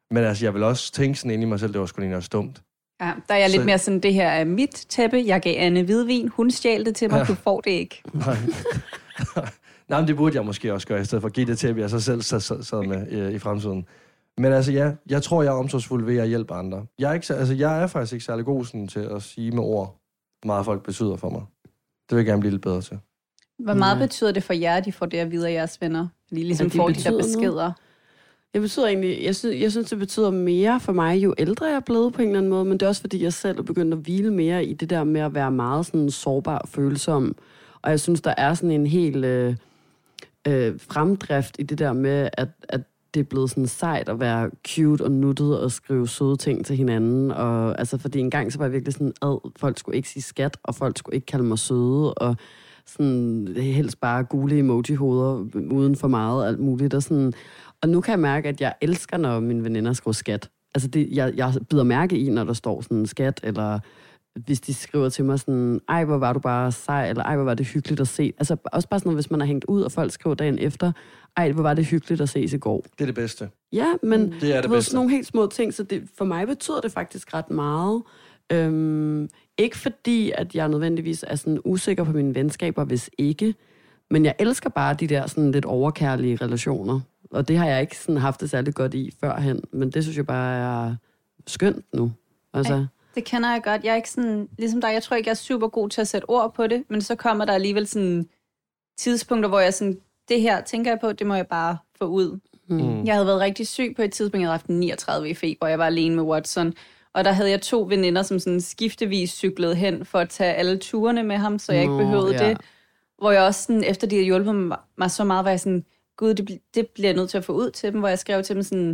Men altså, jeg vil også tænke sådan ind i mig selv, det var sgu egentlig også dumt. Ja, der er jeg lidt Så- mere sådan, det her er mit tæppe, jeg gav Anne hvidvin, hun stjal det til mig, ja. Du får det ikke. Nej. Nej, men det burde jeg måske også gøre, i stedet for at give det til, at jeg så selv sad, sad, sad med i, i fremtiden. Men altså, ja, jeg tror, jeg er omsorgsfuld ved at hjælpe andre. Jeg er, ikke, så- altså, jeg er faktisk ikke særlig god sådan, til at sige med ord, hvor meget folk betyder for mig. Det vil jeg gerne blive lidt bedre til. Hvor meget Ja. betyder det for jer, at de får det at vide af jeres venner? Lige ligesom At de får de betyder der noget? beskeder. Det betyder egentlig, jeg synes, jeg synes, det betyder mere for mig, jo ældre jeg er blevet på en eller anden måde, men det er også, fordi jeg selv er begyndt at hvile mere i det der med at være meget sådan sårbar og følsom. Og jeg synes, der er sådan en helt øh, øh, fremdrift i det der med, at, at det er blevet sådan sejt at være cute og nuttet og skrive søde ting til hinanden. Og, altså, fordi engang så var jeg virkelig sådan, at folk skulle ikke sige skat, og folk skulle ikke kalde mig søde, og sådan helst bare gule emoji-hoveder uden for meget alt muligt. Og, sådan. Og nu kan jeg mærke, at jeg elsker, når mine veninder skriver skat. Altså, det, jeg, jeg bider mærke i, når der står sådan skat, eller hvis de skriver til mig sådan, ej, hvor var du bare sej, eller ej, hvor var det hyggeligt at se. Altså, også bare sådan noget, hvis man har hængt ud, og folk skriver dagen efter, ej, hvor var det hyggeligt at ses i går. Det er det bedste. Ja, men Det er det du ved, bedste. sådan nogle helt små ting, så det, for mig betyder det faktisk ret meget. Øhm, ikke fordi, at jeg nødvendigvis er sådan usikker på mine venskaber, hvis ikke, men jeg elsker bare de der sådan lidt overkærlige relationer, og det har jeg ikke sådan haft det særlig godt i førhen, men det synes jeg bare er skønt nu. Altså, Ej, det kender jeg godt. Jeg er ikke sådan, ligesom dig, jeg tror ikke, jeg er super god til at sætte ord på det, men så kommer der alligevel sådan tidspunkter, hvor jeg sådan, det her tænker jeg på, det må jeg bare få ud. mm. Jeg havde været rigtig syg på et tidspunkt, jeg havde haft niogtredive i feber, og jeg var alene med Watson. Og der havde jeg to veninder, som sådan skiftevis cyklede hen for at tage alle turene med ham, så jeg ikke Nå, behøvede ja. det. Hvor jeg også sådan, efter de havde hjulpet mig, mig så meget, var jeg sådan, gud, det, bl- det bliver jeg nødt til at få ud til dem, hvor jeg skrev til dem sådan,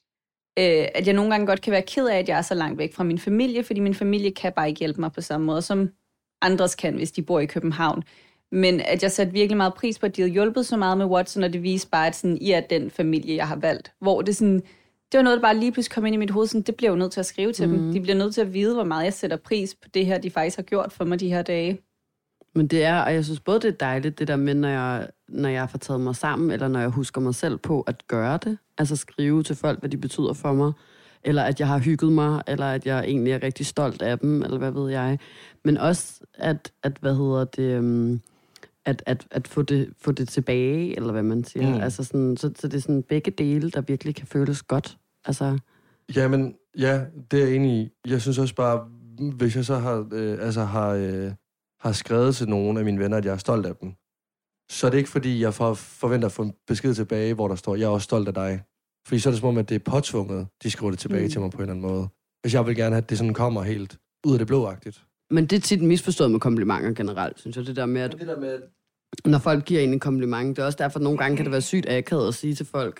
øh, at jeg nogle gange godt kan være ked af, at jeg er så langt væk fra min familie, fordi min familie kan bare ikke hjælpe mig på samme måde, som andres kan, hvis de bor i København. Men at jeg satte virkelig meget pris på, at de havde hjulpet så meget med Watson, og det viste bare, at sådan, I er den familie, jeg har valgt. Hvor det sådan, det var noget, der bare lige pludselig kom ind i mit hoved, sådan, det bliver jo nødt til at skrive til mm. dem. De bliver nødt til at vide, hvor meget jeg sætter pris på det her, de faktisk har gjort for mig de her dage. Men det er, og jeg synes både, det er dejligt, det der med, når jeg, når jeg får taget mig sammen, eller når jeg husker mig selv på at gøre det. Altså skrive til folk, hvad de betyder for mig. Eller at jeg har hygget mig, eller at jeg egentlig er rigtig stolt af dem, eller hvad ved jeg. Men også, at, at hvad hedder det, um, at, at, at få, det, få det tilbage, eller hvad man siger. Mm. Altså sådan, så, så det er sådan begge dele, der virkelig kan føles godt. Altså, Jamen, ja, det er jeg enig i. Jeg synes også bare, hvis jeg så har, øh, altså har, øh, har skrevet til nogle af mine venner, at jeg er stolt af dem, så er det ikke, fordi jeg for, forventer at få en besked tilbage, hvor der står, jeg er også stolt af dig. Fordi så er det som om, at det er påtvunget, de skriver det tilbage mm. til mig på en eller anden måde. Hvis jeg vil gerne have, at det sådan kommer helt ud af det blåagtigt. men det er tit misforstået med komplimenter generelt, synes jeg. Det der med, at Det der med, når folk giver en en kompliment, det er også derfor, at nogle gange kan det være sygt akavet at sige til folk,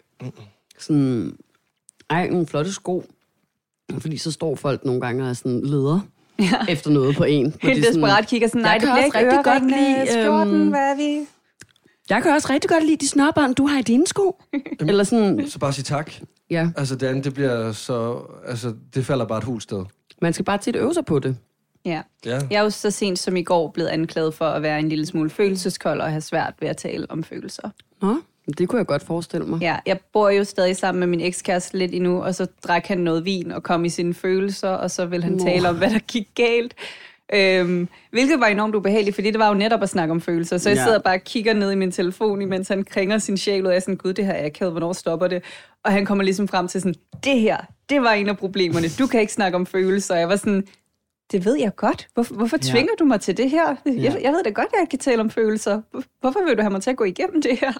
sådan, ej, nogle flotte sko. Fordi så står folk nogle gange og er sådan leder Ja. efter noget på en. hvor de Helt sådan, desperat kigger sådan, nej, Jeg det kan bliver også ikke rigtig godt øreringe, lide, skjorten, øhm, hvad er vi? Jeg kan også rigtig godt lide de snørbånd, du har i dine sko. Eller sådan, så bare sige tak. ja. Altså det andet, det bliver så, altså det falder bare et hul sted. Man skal bare tit øve sig på det. Ja. Ja. Jeg er jo så sent som i går blevet anklaget for at være en lille smule følelseskold og have svært ved at tale om følelser. Nå, det kunne jeg godt forestille mig. Ja, jeg bor jo stadig sammen med min ekskæreste lidt endnu, og så drak han noget vin og kom i sine følelser, og så vil han Nå. tale om, hvad der gik galt. Øhm, hvilket var enormt ubehageligt, fordi det var jo netop at snakke om følelser. Så jeg Ja. sidder bare og kigger ned i min telefon, imens han kringer sin sjæl ud af sådan, gud, det her er akavet, hvornår stopper det? Og han kommer ligesom frem til sådan, det her, det var en af problemerne. Du kan ikke snakke om følelser. Og jeg var sådan, det ved jeg godt. Hvorfor, hvorfor Ja. tvinger du mig til det her? Jeg, Ja. jeg ved da godt, at jeg ikke kan tale om følelser. Hvorfor vil du have mig til at gå igennem det her?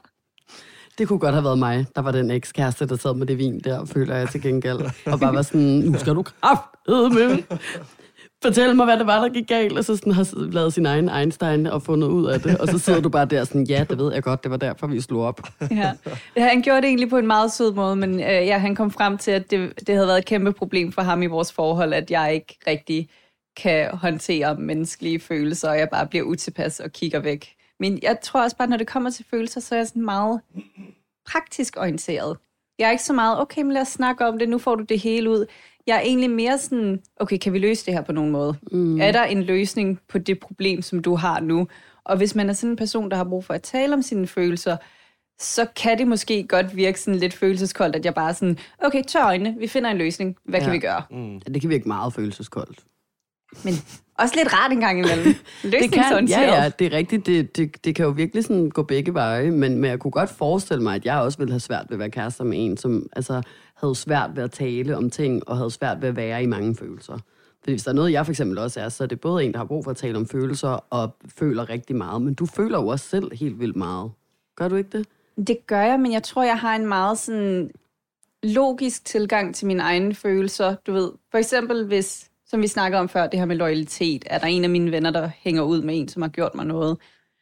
Det kunne godt have været mig, der var den ekskæreste, der sad med det vin der, føler jeg til gengæld. Og bare var sådan, nu skal du kraftedeme fortælle mig, hvad det var, der gik galt. Og så sådan har lavet sin egen Einstein og fundet ud af det. Og så sidder du bare der sådan, ja, det ved jeg godt, det var derfor, vi slog op. Ja. Han gjorde det egentlig på en meget sød måde, men øh, ja, han kom frem til, at det, det havde været et kæmpe problem for ham i vores forhold, at jeg ikke rigtig kan håndtere menneskelige følelser, og jeg bare bliver utilpas og kigger væk. Men jeg tror også bare, når det kommer til følelser, så er jeg sådan meget praktisk orienteret. Jeg er ikke så meget, okay, men lad os snakke om det, nu får du det hele ud. Jeg er egentlig mere sådan, okay, kan vi løse det her på nogen måde? Mm. Er der en løsning på det problem, som du har nu? Og hvis man er sådan en person, der har brug for at tale om sine følelser, så kan det måske godt virke sådan lidt følelseskoldt, at jeg bare sådan, okay, tør øjnene, vi finder en løsning. Hvad ja. kan vi gøre? Mm. Ja, det kan virke meget følelseskoldt. Men også lidt rart en gang imellem. Løsningsorienteret. Ja, ja, det er rigtigt. Det, det, det kan jo virkelig sådan gå begge veje, men, men jeg kunne godt forestille mig, at jeg også ville have svært ved at være kærester med en, som altså, havde svært ved at tale om ting, og havde svært ved at være i mange følelser. Fordi hvis der er noget, jeg for eksempel også er, så er det både en, der har brug for at tale om følelser, og føler rigtig meget, men du føler jo også selv helt vildt meget. Gør du ikke det? Det gør jeg, men jeg tror, jeg har en meget sådan logisk tilgang til mine egne følelser. Du ved, for eksempel hvis, som vi snakkede om før, det her med loyalitet, er der en af mine venner, der hænger ud med en, som har gjort mig noget,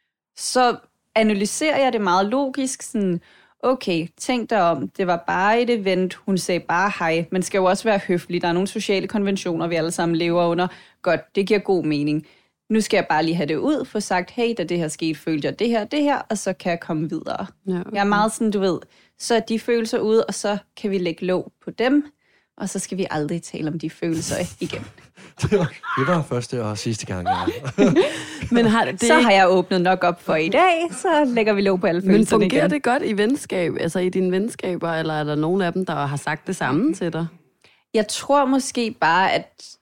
så analyserer jeg det meget logisk, sådan, okay, tænk dig om, det var bare et event, hun sagde bare hej, man skal jo også være høflig, der er nogle sociale konventioner, vi alle sammen lever under, godt, det giver god mening. Nu skal jeg bare lige have det ud, få sagt, hey, da det her skete, følte jeg det her, det her, og så kan jeg komme videre. Ja, okay. Jeg er meget sådan, du ved, så er de følelser ude, og så kan vi lægge låg på dem, og så skal vi aldrig tale om de følelser igen. det, var, det var første og sidste gang. Ja. Men har det, det så har jeg åbnet nok op for i dag, så lægger vi låg på alle følelserne igen. Men fungerer igen. Det godt i venskab, altså i dine venskaber, eller er der nogen af dem, der har sagt det samme til dig? Jeg tror måske bare, at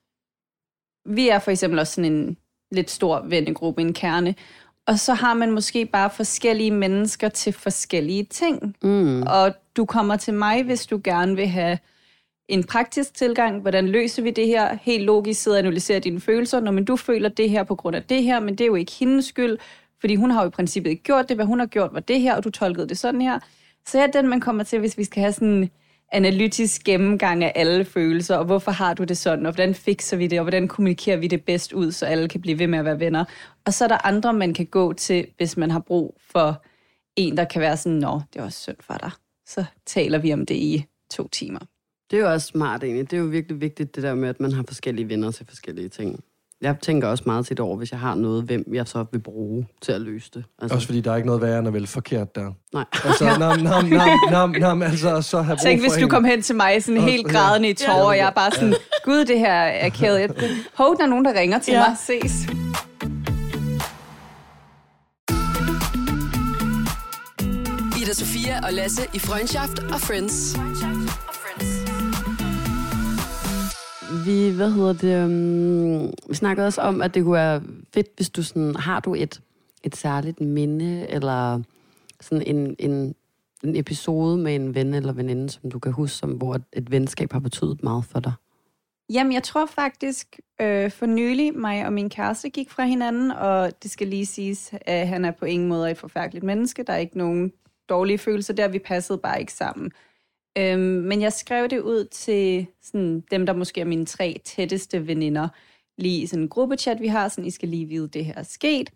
vi er for eksempel også sådan en lidt stor vennegruppe, en kerne, og så har man måske bare forskellige mennesker til forskellige ting. Mm. Og du kommer til mig, hvis du gerne vil have en praktisk tilgang. Hvordan løser vi det her? Helt logisk sidder og analyserer dine følelser. Når men du føler det her på grund af det her, men det er jo ikke hendes skyld, fordi hun har jo i princippet ikke gjort det. Hvad hun har gjort var det her, og du tolkede det sådan her. Så er den, man kommer til, hvis vi skal have sådan en analytisk gennemgang af alle følelser, og hvorfor har du det sådan, og hvordan fikser vi det, og hvordan kommunikerer vi det bedst ud, så alle kan blive ved med at være venner. Og så er der andre, man kan gå til, hvis man har brug for en, der kan være sådan, nå, det er også synd for dig. Så taler vi om det i to timer. Det er jo også smart egentlig. Det er jo virkelig vigtigt, det der med, at man har forskellige venner til forskellige ting. Jeg tænker også meget tit over, hvis jeg har noget, hvem jeg så vil bruge til at løse det. Altså. Også fordi der er ikke noget værre, end at vælge forkert der. Nej. Altså, nam, nam, nam, nam, nam, altså, så have brug Tænk, for hvis du kom hen til mig sådan helt grædende i tårer, og jeg er bare sådan, gud, det her er kædet. Hov, der er nogen, der ringer til ja. mig. Ses. Ida Sofia og Lasse i Freundschaft og Friends. Vi, hvad hedder det, um, vi snakkede også om, at det kunne være fedt, hvis du sådan, har du et, et særligt minde, eller sådan en, en, en episode med en ven eller veninde, som du kan huske, som, hvor et venskab har betydet meget for dig? Jamen, jeg tror faktisk, øh, for nylig, mig og min kæreste gik fra hinanden, og det skal lige siges, at han er på ingen måde et forfærdeligt menneske. Der er ikke nogen dårlige følelser der, vi passede bare ikke sammen. Øhm, men jeg skrev det ud til sådan, dem, der måske er mine tre tætteste veninder, lige i sådan en gruppechat, vi har, sådan, I skal lige vide, det her er sket.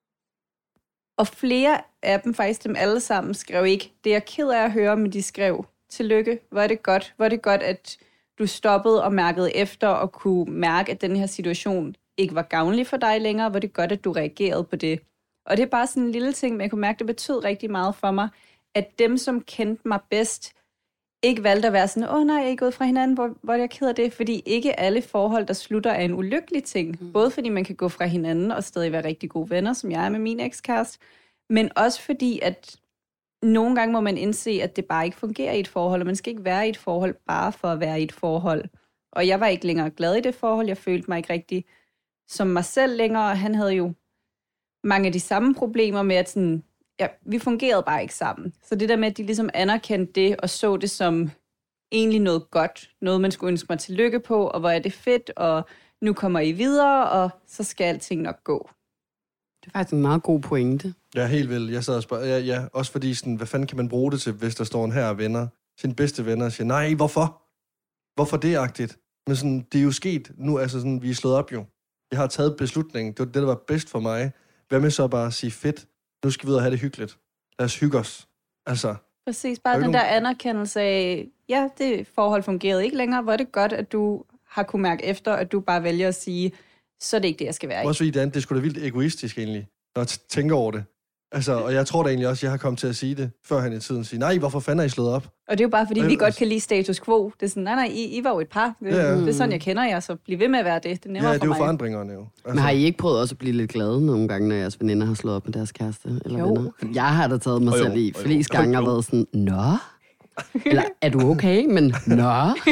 Og flere af dem, faktisk dem alle sammen, skrev ikke, det er jeg ked af at høre, men de skrev, tillykke, hvor er det godt, hvor er det godt, at du stoppede og mærkede efter, og kunne mærke, at den her situation ikke var gavnlig for dig længere, hvor er det godt, at du reagerede på det. Og det er bare sådan en lille ting, men jeg kunne mærke, det betød rigtig meget for mig, at dem, som kendte mig bedst, ikke valgte at være sådan, åh oh, nej, jeg er ikke gået fra hinanden, hvor, hvor jeg keder det, fordi ikke alle forhold, der slutter, er en ulykkelig ting. Mm. Både fordi man kan gå fra hinanden og stadig være rigtig gode venner, som jeg er med min ekskæreste, men også fordi, at nogle gange må man indse, at det bare ikke fungerer i et forhold, og man skal ikke være i et forhold bare for at være i et forhold. Og jeg var ikke længere glad i det forhold, jeg følte mig ikke rigtig som mig selv længere, og han havde jo mange af de samme problemer med, at sådan, ja, vi fungerede bare ikke sammen. Så det der med, at de ligesom anerkendte det, og så det som egentlig noget godt, noget man skulle ønske mig tillykke på, og hvor er det fedt, og nu kommer I videre, og så skal alting nok gå. Det er faktisk en meget god pointe. Ja, helt vildt. Jeg sad og spørger, ja, ja, også fordi sådan, hvad fanden kan man bruge det til, hvis der står en her venner, sine bedste venner, og siger, nej, hvorfor? Hvorfor det-agtigt? Men sådan, det er jo sket nu, altså sådan, vi er slået op jo. Jeg har taget beslutningen, det var det, der var bedst for mig. Hvad med så bare at sige, fedt, nu skal vi ud og have det hyggeligt. Lad os hygge os. Altså, præcis, bare den nogen... der anerkendelse af, ja, det forhold fungerede ikke længere. Hvor er det godt, at du har kunne mærke efter, at du bare vælger at sige, så er det ikke det, jeg skal være i. Også fordi det, det er sgu da vildt egoistisk egentlig, når jeg tænker over det. Altså, og jeg tror da egentlig også, jeg har kommet til at sige det, førhen i tiden. Sige, nej, hvorfor fanden er I slået op? Og det er jo bare, fordi Øh, vi godt altså- kan lide status quo. Det er sådan, nej, nej, I, I var jo et par. Det, Ja, ja. det er sådan, jeg kender jer, så bliv ved med at være det. Det er nemmere Ja, det er for jo mig. forandringerne jo. Altså, Men har I ikke prøvet også at blive lidt glade nogle gange, når jeres veninder har slået op med deres kæreste eller Jo. venner? Jeg har da taget mig Og jo, selv i og jo. flest gange og Og jo. været sådan, nå? Eller, er du okay? Men, nå?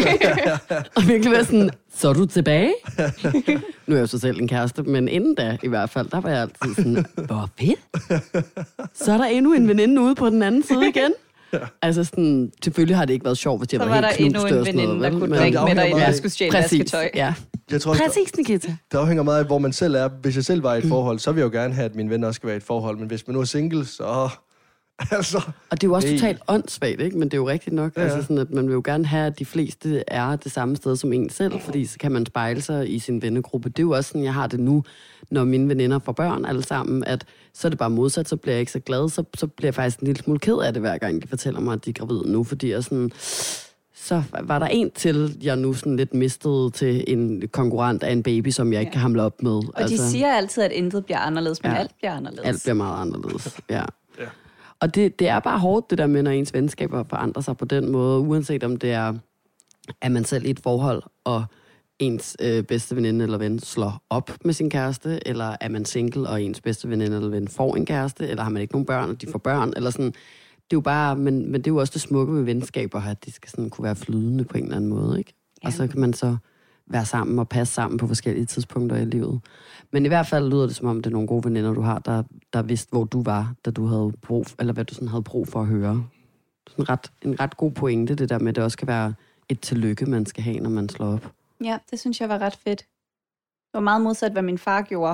Og virkelig været sådan, så er du tilbage? Nu er jeg jo så selv en kæreste, men inden da i hvert fald, der var jeg altid sådan, hvor fedt. Så er der endnu en veninde ude på den anden side igen. Altså sådan, selvfølgelig har det ikke været sjovt, hvis jeg Så var var der helt endnu knust en og sådan noget. veninde, der vel? kunne Men- drikke det med dig, afhænger inden meget- du skulle stjæle Præcis, vasketøj. ja. jeg tror også, Præcis, Nikita. det afhænger meget af, hvor man selv er. Hvis jeg selv var i et forhold, så vil jeg jo gerne have, at mine venner også skal være i et forhold. Men hvis man nu er single, så... Altså, Og det er jo også Hey. totalt åndssvagt, ikke? Men det er jo rigtigt nok. Ja, Ja, ja. Altså sådan, at man vil jo gerne have, at de fleste er det samme sted som en selv, fordi så kan man spejle sig i sin vennegruppe. Det er jo også sådan, jeg har det nu, når mine veninder får børn alle sammen, at så er det bare modsat, så bliver jeg ikke så glad, så, så bliver jeg faktisk en lille smule ked af det, hver gang de fortæller mig, at de er gravide nu, fordi jeg sådan... Så var der en til, jeg nu sådan lidt mistede til en konkurrent af en baby, som jeg ikke Ja. kan hamle op med. Og de siger altid, at intet bliver anderledes, men Ja. alt bliver anderledes. Alt bliver meget anderledes, ja. Ja. Og det, det er bare hårdt, det der med, når ens venskaber forandrer sig på den måde, uanset om det er, at man selv i et forhold, og ens øh, bedste veninde eller ven slår op med sin kæreste, eller er man single, og ens bedste veninde eller ven får en kæreste, eller har man ikke nogen børn, og de får børn, eller sådan. Det er jo bare, men, men det er jo også det smukke ved venskaber, at de skal sådan kunne være flydende på en eller anden måde, ikke? Ja. Og så kan man så være sammen og passe sammen på forskellige tidspunkter i livet. Men i hvert fald lyder det, som om det er nogle gode veninder, du har, der, der vidste, hvor du var, da du havde brug, eller hvad du sådan havde brug for at høre. Sådan ret, en ret god pointe, det der med, at det også kan være et tillykke, man skal have, når man slår op. Ja, det synes jeg var ret fedt. Det var meget modsat, hvad min far gjorde.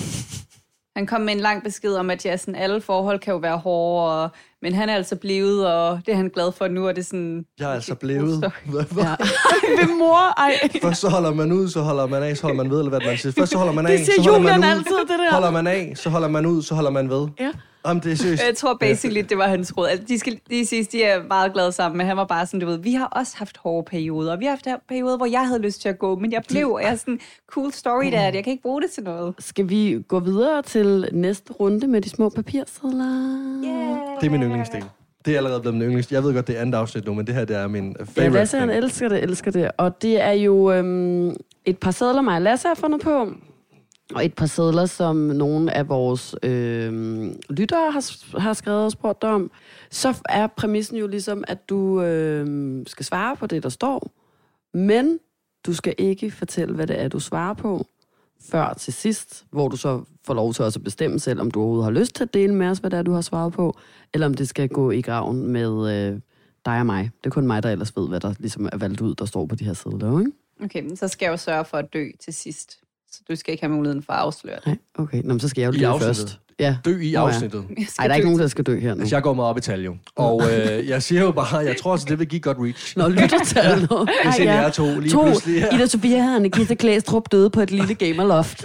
Han kom med en lang besked om, at ja, sådan, alle forhold kan jo være hårde, og, men han er altså blevet, og det er han glad for nu, og det er sådan... jeg er altså blevet... Hvad, hvad? Ja. Ved mor, ej. Først så holder man ud, så holder man af, så holder man ved, eller hvad man siger. Først så holder man af, Det så siger holder man Julian ud. altid, det der. Holder man af, så holder man ud, så holder man ved. Ja. Jamen, det er seriøst. Jeg tror basically, det var hans råd. Altså, de, skal, de sidste, de er meget glade sammen, men han var bare sådan, du ved, vi har også haft hårde perioder, og vi har haft perioder, hvor jeg havde lyst til at gå, men jeg blev, og jeg er sådan, cool story der, jeg kan ikke bruge det til noget. Skal vi gå videre til næste runde med de små papirsedler? Yeah. Det er min yndlingsdel. Det er allerede blevet min yndlings. Jeg ved godt, det er andet afsnit nu, men det her, det er min favorite Ja, Lasse, han thing. elsker det, elsker det. Og det er jo øhm, et par sædler, mig og Lasse har fundet på. Og et par sædler, som nogle af vores øhm, lyttere har, har skrevet og spurgt dig om. Så er præmissen jo ligesom, at du øhm, skal svare på det, der står. Men du skal ikke fortælle, hvad det er, du svarer på, før til sidst, hvor du så får lov til også at bestemme selv, om du overhovedet har lyst til at dele med os, hvad det er, du har svaret på, eller om det skal gå i graven med øh, dig og mig. Det er kun mig, der ellers ved, hvad der ligesom er valgt ud, der står på de her sædler, ikke? Okay, men så skal jeg jo sørge for at dø til sidst. Så du skal ikke have muligheden for at afsløre det. Nej, okay. Nå, men så skal jeg jo I lige afsnittet? først. Ja. Dø i Nå ja. afsnittet. Jeg skal Ej, der er ikke dø nogen, til- der skal dø her nu. Altså, jeg går meget op i tal, jo. Og øh, jeg siger jo bare, jeg tror også, det vil give godt reach. Nå, lyttertal nu. Hvis egentlig er to lige to. pludselig. Ja. Ida Sofia og Anne-Gitte Klæstrup døde på et lille gamerloft.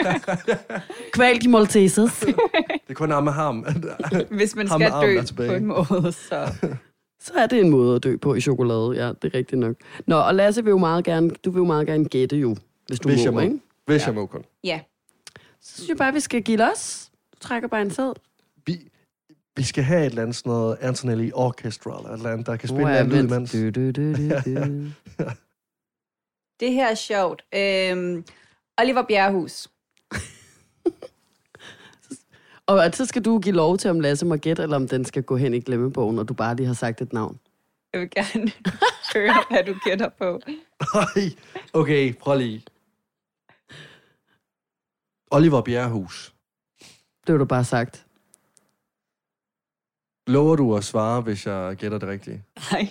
Kval de Maltesers. Det er kun ham med ham. Hvis man Ham skal med armen dø er tilbage. på en måde, så... Så er det en måde at dø på i chokolade. Ja, det er rigtigt nok. Nå, og Lasse vil jo meget gerne, du vil jo meget gerne gætte jo, hvis du Hvis må, jeg må. ikke? Hvis Ja. jeg må kun. Ja. Så synes jeg bare, vi skal give los. Du trækker bare en sæd. Vi, vi skal have et eller andet sådan noget Antonelli Orchestra, eller et eller andet, der kan spille Oh, en ja, anden lyd vent. imens. Du, du, du, du, du. Det her er sjovt. Øhm, Oliver Bjerrehus. Og så skal du give lov til, om Lasse må gætte, eller om den skal gå hen i glemmebogen, og du bare lige har sagt et navn. Jeg vil gerne høre, hvad du gætter på. Nej, okay, prøv lige. Oliver Bjerrehus. Det har du bare sagt. Lover du at svare, hvis jeg gætter det rigtige? Nej.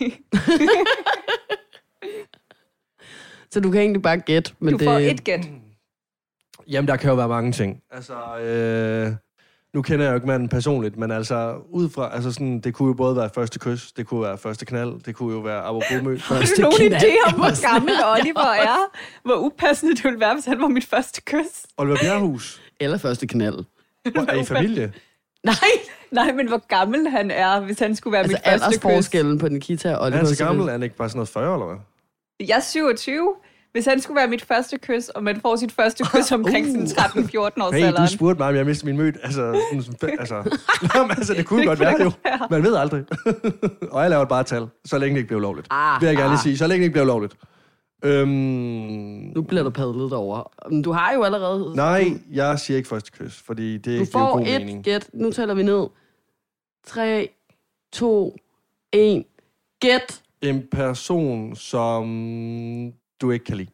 Så du kan egentlig bare gætte. Men Du det... får et gæt. Jamen, der kan jo være mange ting. Altså, øh, nu kender jeg jo ikke manden personligt, men altså, ud fra, altså sådan, det kunne jo både være første kys, det kunne være første knald, det kunne jo være apropos Har du nogen idé om, hvor gammel Oliver er? Hvor upassende det ville være, hvis han var mit første kys? Oliver Bjerrehus. Eller første knald. Hvor er I familie? Nej! Nej, men hvor gammel han er, hvis han skulle være Altså mit første kys. aldersforskellen på Nikita og Er Oliver. han så gammel? Er han ikke bare sådan noget fyrre, eller hvad? Jeg er syvogtyve, Hvis han skulle være mit første kys, og man får sit første kys omkring sådan tretten fjorten års Hey, alderen. du spurgte mig, om jeg mistede min mød. Altså, sådan, altså, jamen, altså, det kunne det godt være jo. Man ved aldrig. Og jeg laver bare et tal, så længe det ikke bliver ulovligt. Ah, vil jeg gerne ah. lige sige. Så længe det ikke bliver ulovligt. Øhm, Nu bliver du padlet over. Men du har jo allerede... nej, jeg siger ikke første kys, fordi det Du giver får god et mening. gæt. Nu tæller vi ned. tre, to, et. Gæt. En person, som du ikke kan lide.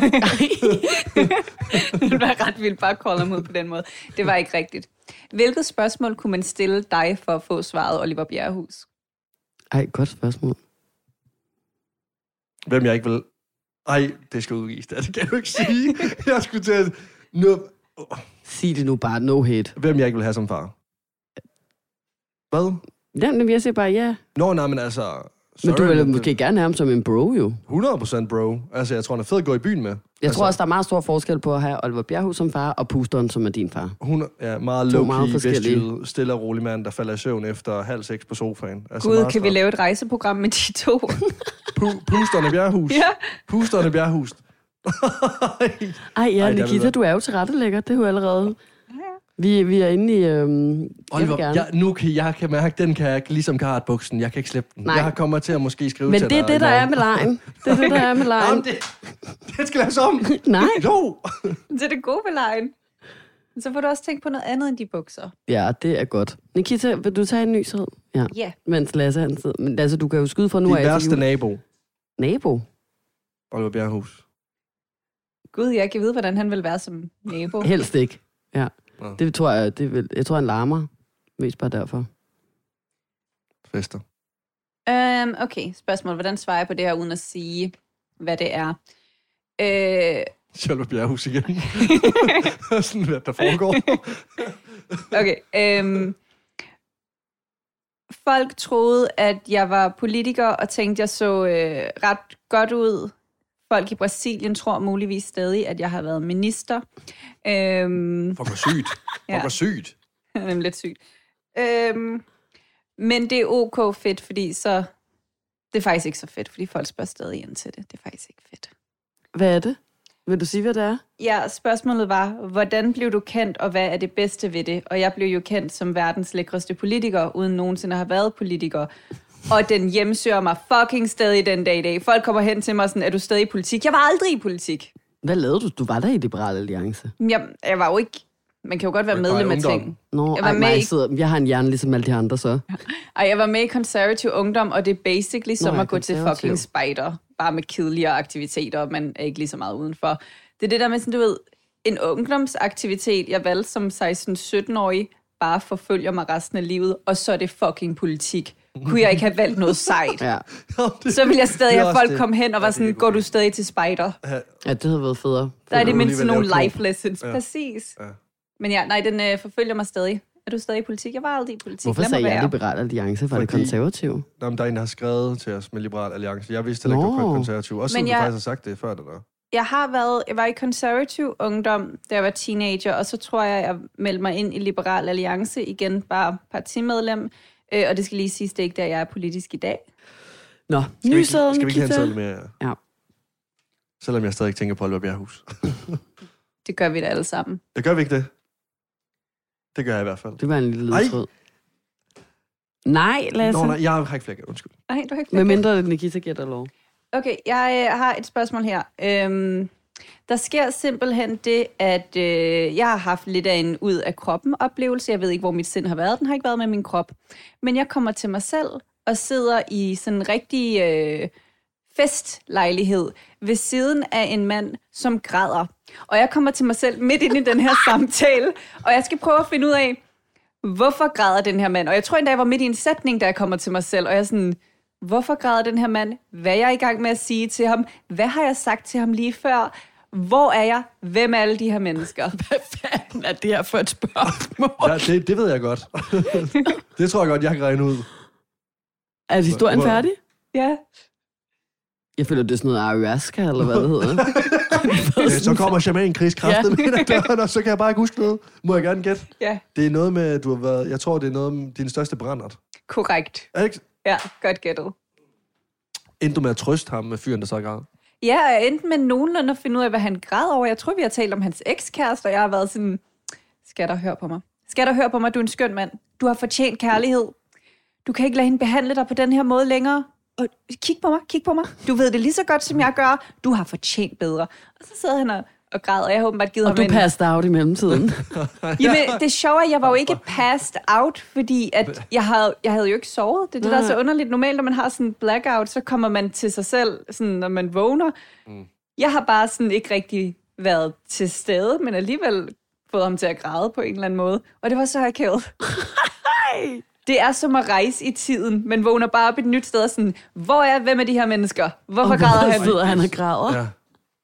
Det var ret vildt bare at kolde ham ud på den måde. Det var ikke rigtigt. Hvilket spørgsmål kunne man stille dig for at få svaret, Oliver Bjerrehus? Ej, godt spørgsmål. Hvem jeg ikke vil... Ej, det skal udgives. Det kan du ikke sige. Jeg skulle til at... Nu... Sig det nu bare, no hate. Hvem jeg ikke vil have som far. Hvad? Jamen, jeg siger bare ja. Nå, nej, men altså... Men du sorry, vil måske gerne have ham som en bro, jo. hundrede procent bro. Altså, jeg tror, han er fed at gå i byen med. Jeg altså, tror også, der er meget stor forskel på at have Oliver Bjerrehus som far, og Pusteren, som er din far. Hun er ja, meget To meget low-key, forskellige. vestjyde, stille og rolig mand, der falder i søvn efter halv seks på sofaen. Altså, Gud, meget kan vi straf. lave et rejseprogram med de to? Pu- Pusterne Bjerrehus. Ja. Pusterne Bjerrehus. Ej, ja, Ej, der vil Nikita, være- du er jo til rette lækker. Det er jo allerede... Vi, vi er inde i... Øhm, Oliver, jeg, jeg, nu kan jeg kan mærke, den kan jeg ligesom kartbuksen. Jeg kan ikke slippe den. Nej. Jeg kommer til at måske skrive Men til det er dig det, der i er morgen. med lejen. Det er det, der er med lejen. Jamen, det, det skal laves om. Nej. Jo. Det er det gode ved lejen. Så får du også tænkt på noget andet end de bukser. Ja, det er godt. Nikita, vil du tage en ny sæd? Ja. Ja. Mens Lasse han sidder. Men Lasse, du kan jo skyde fra nu Din af til værste jul. nabo, Nabo? Oliver Bjerrehus. Gud, jeg kan vide, hvordan han vil være som nabo. Helst ikke. Ja. Nå. Det tror jeg, det vil, jeg tror, han larmer. Mest bare derfor. Fester. Um, okay, spørgsmål. Hvordan svarer jeg på det her, uden at sige, hvad det er? Øh, Oliver Bjerrehus igen. Sådan, hvad der foregår. okay. Um, folk troede, at jeg var politiker, og tænkte, jeg så øh, ret godt ud. Folk i Brasilien tror muligvis stadig, at jeg har været minister. Um, Fuck, hvor sygt. Fuck, Ja. hvor sygt. Det er lidt sygt. Øhm, men det er ok fedt, fordi så... Det er faktisk ikke så fedt, fordi folk spørger stadig ind til det. Det er faktisk ikke fedt. Hvad er det? Vil du sige, hvad det er? Ja, spørgsmålet var, hvordan blev du kendt, og hvad er det bedste ved det? Og jeg blev jo kendt som verdens lækreste politiker, uden nogensinde at have været politiker. Og den hjemsøger mig fucking stadig den dag i dag. Folk kommer hen til mig sådan, er du stadig i politik? Jeg var aldrig i politik. Hvad lavede du? Du var der i Liberal Alliance. Jeg, jeg var jo ikke... Man kan jo godt være Men bare medlem af ungdom. ting. Nå, Jeg var ej, med mig, i- sidder, jeg har en hjerne ligesom alle de andre, så. Ej, jeg var med i konservativ ungdom, og det er basically som Nå, at gå til konservativ. fucking spejder. Bare med kedeligere aktiviteter, man er ikke lige så meget udenfor. Det er det der med sådan, du ved, en ungdomsaktivitet, jeg valgte som seksten-sytten-årig, bare forfølger mig resten af livet, og så er det fucking politik. Kunne jeg ikke have valgt noget sejt? Ja. Så ville jeg stadig Det er have også folk det. komme hen og Ja, var det er sådan, ikke går okay. du stadig til spejder? Ja, det havde været federe. Der er det du mindst sådan alligevel nogle lave life lessons. Ja. Præcis. Ja. Men ja, nej, den øh, forfølger mig stadig. Er du stadig i politik? Jeg var aldrig i politik. Hvorfor Lad mig sagde jeg være. Liberal Alliance? Var det Fordi- konservative? Nå, men der er en, der har skrevet til os med Liberal Alliance. Jeg vidste heller ikke, du Nå. var konservativ. Også Men selvom jeg- du faktisk har sagt det før det der. Jeg har været, jeg var i konservativ ungdom, da jeg var teenager, og så tror jeg, jeg meldte mig ind i Liberal Alliance igen, bare partimedlem. Øh, og det skal lige siges, det er ikke der, jeg er politisk i dag. Nå, Skal vi, ny ikke, sæd, skal vi ikke have en Nikita. sædel mere? Ja. Selvom jeg stadig ikke tænker på Oliver Bjerrehus. Det gør vi da alle sammen. Det gør vi ikke det. Det gør jeg i hvert fald. Det var en lille Ej. ledtråd. Nej, Lasse. Nå, nej, jeg har ikke flere gæt. Undskyld. Nej, du har ikke Med flere mindre Nikita gætter lov. Okay, jeg øh, har et spørgsmål her. Øhm, der sker simpelthen det, at øh, jeg har haft lidt af en ud af kroppen oplevelse. Jeg ved ikke, hvor mit sind har været. Den har ikke været med min krop. Men jeg kommer til mig selv og sidder i sådan en rigtig øh, festlejlighed ved siden af en mand, som græder. Og jeg kommer til mig selv midt ind i den her samtale, og jeg skal prøve at finde ud af, hvorfor græder den her mand? Og jeg tror endda, jeg var midt i en sætning, da jeg kommer til mig selv, og jeg er sådan... Hvorfor græder den her mand? Hvad er jeg i gang med at sige til ham? Hvad har jeg sagt til ham lige før? Hvor er jeg? Hvem er alle de her mennesker? Hvad fanden er det her for et spørgsmål? Ja, det, det ved jeg godt. Det tror jeg godt, jeg kan regne ud. Er historien Hvor- færdig? Ja. Jeg føler, det er sådan noget ayahuasca, eller hvad det hedder. Øh, Så kommer shamanen Chris kraftet Ja. med ind ad døren, og så kan jeg bare ikke huske noget. Må jeg gerne gætte? Ja, Det er noget med, du har været... Jeg tror, det er noget med din største brændert. korrekt. Er det ikke? Ja, godt gættet. Endte du med at trøste ham med fyren, der så græd? Ja, og jeg endte med nogenlunde at finde ud af, hvad han græd over. Jeg tror, vi har talt om hans ekskæreste, og jeg har været sådan, skal der høre på mig? Skal der høre på mig? Du er en skøn mand. Du har fortjent kærlighed. Du kan ikke lade hende behandle dig på den her måde længere. Og kig på mig, kig på mig. Du ved det lige så godt, som jeg gør. Du har fortjent bedre. Og så sidder han og, og græder, og jeg har åbenbart givet og ham du en... passede out i mellemtiden. Jamen, det sjove er, at jeg var jo ikke passed out, fordi at jeg, havde, jeg havde jo ikke sovet. Det er det, der er så underligt. Normalt, når man har sådan en blackout, så kommer man til sig selv, sådan, når man vågner. Mm. Jeg har bare sådan ikke rigtig været til stede, men alligevel fået ham til at græde på en eller anden måde. Og det var så akavet. Det er som at rejse i tiden, men vågner bare op et nyt sted og sådan, hvor er, hvem er de her mennesker? Hvorfor græder han? Sidder han og græder? Ja.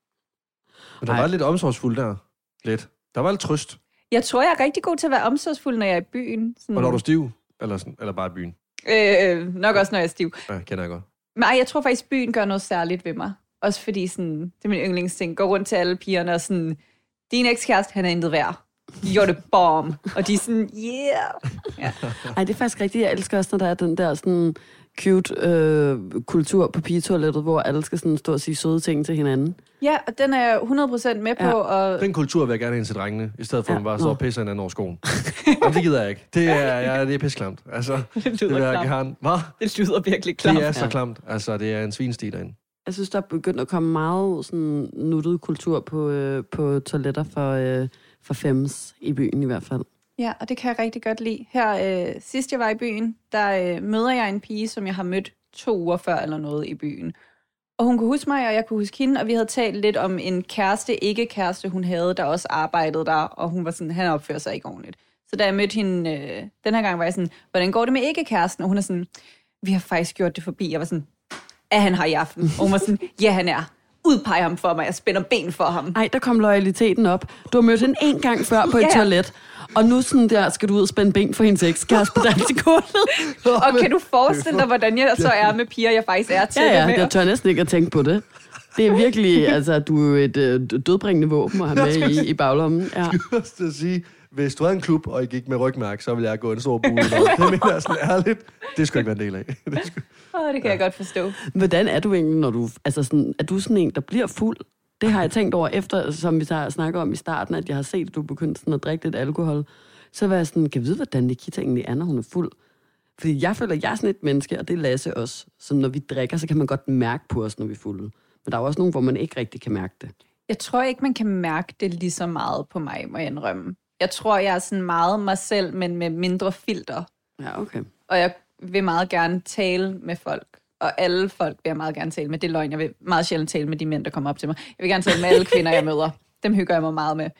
Men der Ej. var lidt omsorgsfuld der. Lidt. Der var lidt trøst. Jeg tror, jeg er rigtig god til at være omsorgsfuld, når jeg er i byen. Sådan... Og når du er stiv? Eller, sådan, eller bare i byen? Øh, nok også, når jeg er stiv. Ja, kender jeg godt. Men ej, jeg tror faktisk, byen gør noget særligt ved mig. Også fordi, sådan, det er min yndlingsting. Går rundt til alle pigerne og sådan, din ekskæreste, han er intet værd. You're the bomb. Og de er sådan, yeah. Ja. Ej, det er faktisk rigtigt. Jeg elsker også, når der er den der sådan cute øh, kultur på pigetoilettet, hvor alle skal sådan stå og sige søde ting til hinanden. Ja, og den er jeg hundrede procent med på. Ja. Og... Den kultur vil jeg gerne have til drengene, i stedet for ja. at man bare står og pisser hinanden over skoen. Jamen, det gider jeg ikke. Det er, ja, det er pisklamt. Altså, det lyder det vil jeg klamt. gerne. Hvad? Det lyder virkelig klamt. Det er så ja. klamt. Altså, det er en svinstig derinde. Jeg synes, der er begyndt at komme meget sådan nuttet kultur på, øh, på toiletter for, øh, for fems i byen i hvert fald. Ja, og det kan jeg rigtig godt lide. Her øh, sidst jeg var i byen, der øh, møder jeg en pige, som jeg har mødt to uger før eller noget i byen. Og hun kunne huske mig, og jeg kunne huske hende, og vi havde talt lidt om en kæreste, ikke-kæreste, hun havde, der også arbejdede der, og hun var sådan, han opfører sig ikke ordentligt. Så da jeg mødte hende, øh, den her gang var jeg sådan, hvordan går det med ikke-kæresten? Og hun er sådan, vi har faktisk gjort det forbi. Jeg var sådan, er han her i aften? Og hun var sådan, ja han er. Udpege ham for mig, jeg spænder ben for ham. Ej, der kom loyaliteten op. Du har mødt hende en gang før på et ja. toilet, og nu sådan der skal du ud og spænde ben for hendes ekskæreste på dansegulvet. Og kan du forestille dig, hvordan jeg så er med piger, jeg faktisk er til ja, ja, det med? jeg tør næsten ikke at tænke på det. Det er virkelig, altså, du er et øh, dødbringende våben at have med i, i baglommen. Ja. Jeg skulle sige, hvis du havde en klub, og I gik med rygmærk, så ville jeg gå en stor bule. Det mener jeg sådan ærligt. Det skulle ikke være en del af. Det, skulle... oh, det kan ja. jeg godt forstå. Hvordan er du egentlig, når du... Altså, sådan, er du sådan en, der bliver fuld? Det har jeg tænkt over efter, som vi snakker om i starten, at jeg har set, at du begyndte sådan at drikke lidt alkohol. Så var jeg sådan, kan jeg vide, hvordan Nikita egentlig er, når hun er fuld? Fordi jeg føler, at jeg er sådan et menneske, og det er Lasse også. Så når vi drikker, så kan man godt mærke på os, når vi er fulde. Men der er også nogen, hvor man ikke rigtig kan mærke det. Jeg tror ikke, man kan mærke det lige så meget på mig, må jeg indrømme. Jeg tror, jeg er sådan meget mig selv, men med mindre filter. Ja, okay. Og jeg vil meget gerne tale med folk. Og alle folk vil jeg meget gerne tale med. Det er løgn. Jeg vil meget sjældent tale med de mænd, der kommer op til mig. Jeg vil gerne tale med alle kvinder, jeg møder. Dem hygger jeg mig meget med.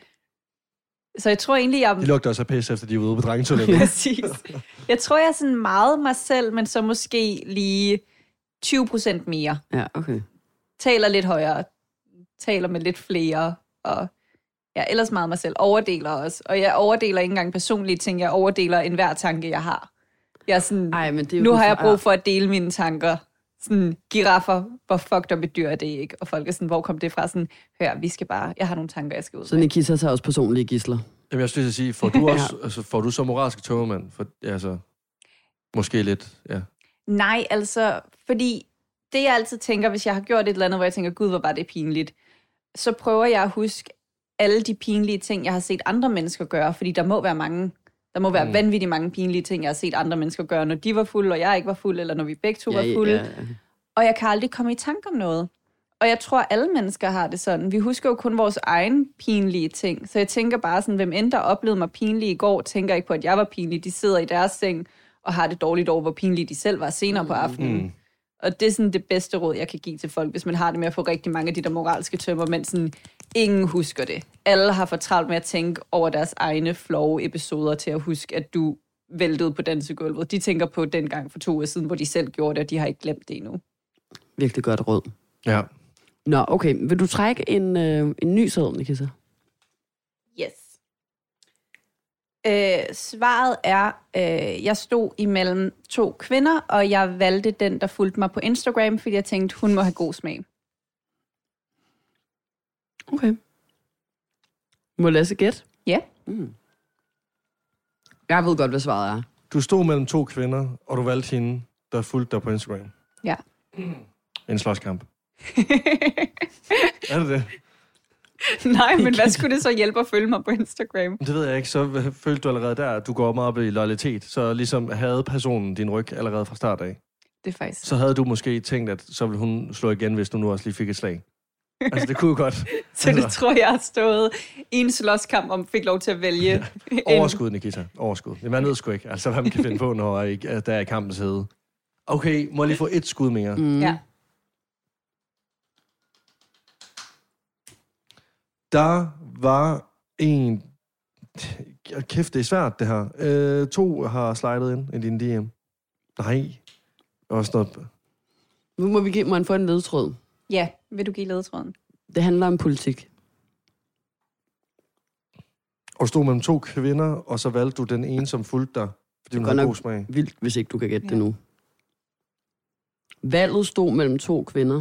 Så jeg tror egentlig, jeg... De lugter også af pisse, efter de er ude på drengetoilettet. Præcis. Jeg tror, jeg er sådan meget mig selv, men så måske lige tyve procent mere. Ja, okay. Taler lidt højere. Taler med lidt flere. Og jeg er ellers meget mig selv. Overdeler også. Og jeg overdeler ikke engang personlige ting. Jeg overdeler enhver tanke, jeg har. Jeg er sådan, Ej, men det er jo nu har jeg brug for at dele mine tanker. Sådan, giraffer, hvor fucked up et dyr er det ikke? Og folk er sådan, hvor kom det fra? Sådan, hør, vi skal bare, jeg har nogle tanker, jeg skal ud. Så Nikita tager også personlige gidsler? Jamen, jeg skulle sige, får du også, ja. altså, får du så moralske tømmermand? For, altså, måske lidt, ja. Nej, altså, fordi det jeg altid tænker, hvis jeg har gjort et eller andet, hvor jeg tænker, gud, hvor var det pinligt, så prøver jeg at huske alle de pinlige ting, jeg har set andre mennesker gøre, fordi der må være mange, der må være mm. vanvittigt mange pinlige ting, jeg har set andre mennesker gøre, når de var fulde, og jeg ikke var fuld, eller når vi begge to ja, var fulde. Ja, ja. Og jeg kan aldrig komme i tanke om noget. Og jeg tror, alle mennesker har det sådan. Vi husker jo kun vores egen pinlige ting. Så jeg tænker bare sådan, hvem end der oplevede mig pinlig i går, tænker ikke på, at jeg var pinlig. De sidder i deres seng og har det dårligt over, hvor pinlige de selv var senere på aftenen. Mm. Og det er sådan det bedste råd, jeg kan give til folk, hvis man har det med at få rigtig mange af de der moralske tømmer, men sådan, ingen husker det. Alle har for travlt med at tænke over deres egne flove episoder til at huske, at du væltede på dansegulvet. De tænker på den gang for to uger siden, hvor de selv gjorde det, og de har ikke glemt det endnu. Virkelig godt råd. Ja. Nå, okay. Vil du trække en, øh, en ny sædel, Nikita? Yes. Øh, svaret er, øh, jeg stod imellem to kvinder, og jeg valgte den, der fulgte mig på Instagram, fordi jeg tænkte, hun må have god smag. Okay. Må Lasse gætte? Ja. Mm. Jeg ved godt, hvad svaret er. Du stod mellem to kvinder, og du valgte hende, der fulgte dig på Instagram. Ja. En slåskamp. Er det det? Nej, men hvad skulle det så hjælpe at følge mig på Instagram? Det ved jeg ikke. Så følte du allerede der, at du går meget op i loyalitet. Så ligesom havde personen din ryg allerede fra start af. Det er faktisk... Så havde du måske tænkt, at så ville hun slå igen, hvis du nu også lige fik et slag. Altså, det kunne godt. Så det tror jeg har stået i en slåskamp, om fik lov til at vælge. Ja. En... Overskud, Nikita. Overskud. Man ved sgu ikke, altså, hvad man kan finde på, når der er i kampens hede. Okay, må jeg lige få et skud mere? Mm. Ja. Der var en... Kæft, det er svært, det her. Øh, to har slidet ind i din D M. Nej. Også noget... Nu må vi give mig en for en ledtråd. Ja, vil du give ledtråden? Det handler om politik. Og du stod mellem to kvinder, og så valgte du den ene, som fulgte dig, fordi hun havde god smag. Vildt, hvis ikke du kan gætte ja. det nu. Valget stod mellem to kvinder.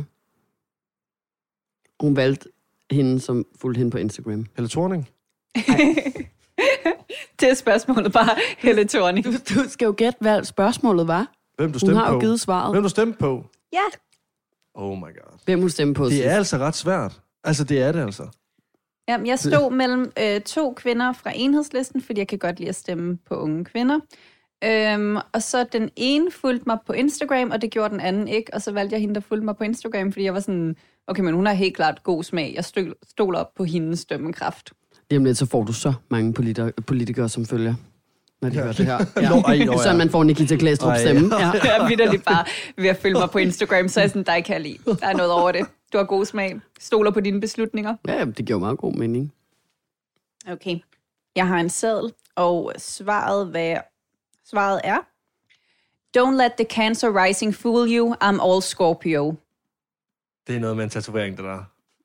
Hun valgte hende, som fulgte hende på Instagram. Helle Thorning? Det er spørgsmålet bare, Helle Thorning. Du, du skal jo gætte, hvad spørgsmålet var. Hvem du stemte på? Hun har jo givet svaret. Hvem du stemte på? Ja. Oh my god. Hvem hun stemte på Det sidst. er altså ret svært. Altså, det er det altså. Jamen, jeg stod mellem øh, to kvinder fra Enhedslisten, fordi jeg kan godt lide at stemme på unge kvinder. Øhm, og så den ene fulgte mig på Instagram, og det gjorde den anden ikke. Og så valgte jeg hende, der fulgte mig på Instagram, fordi jeg var sådan, okay, men hun har helt klart god smag. Jeg stoler op på hendes dømmekraft. Lige om lidt, så får du så mange politikere, politikere som følger, når de ja. hører det her. Ja. Nå, ej, nå, ja. Sådan man får Nikita Klæstrup stemme. Ja. Jeg er vitterligt bare ved at følge mig på Instagram, så er jeg sådan, dig kan jeg lide. Der er noget over det. Du har god smag. Stoler på dine beslutninger. Ja, det giver meget god mening. Okay. Jeg har en seddel, og svaret, hvad, svaret er: Don't let the cancer rising fool you. I'm all Scorpio. Det er noget med en tatovering, det der.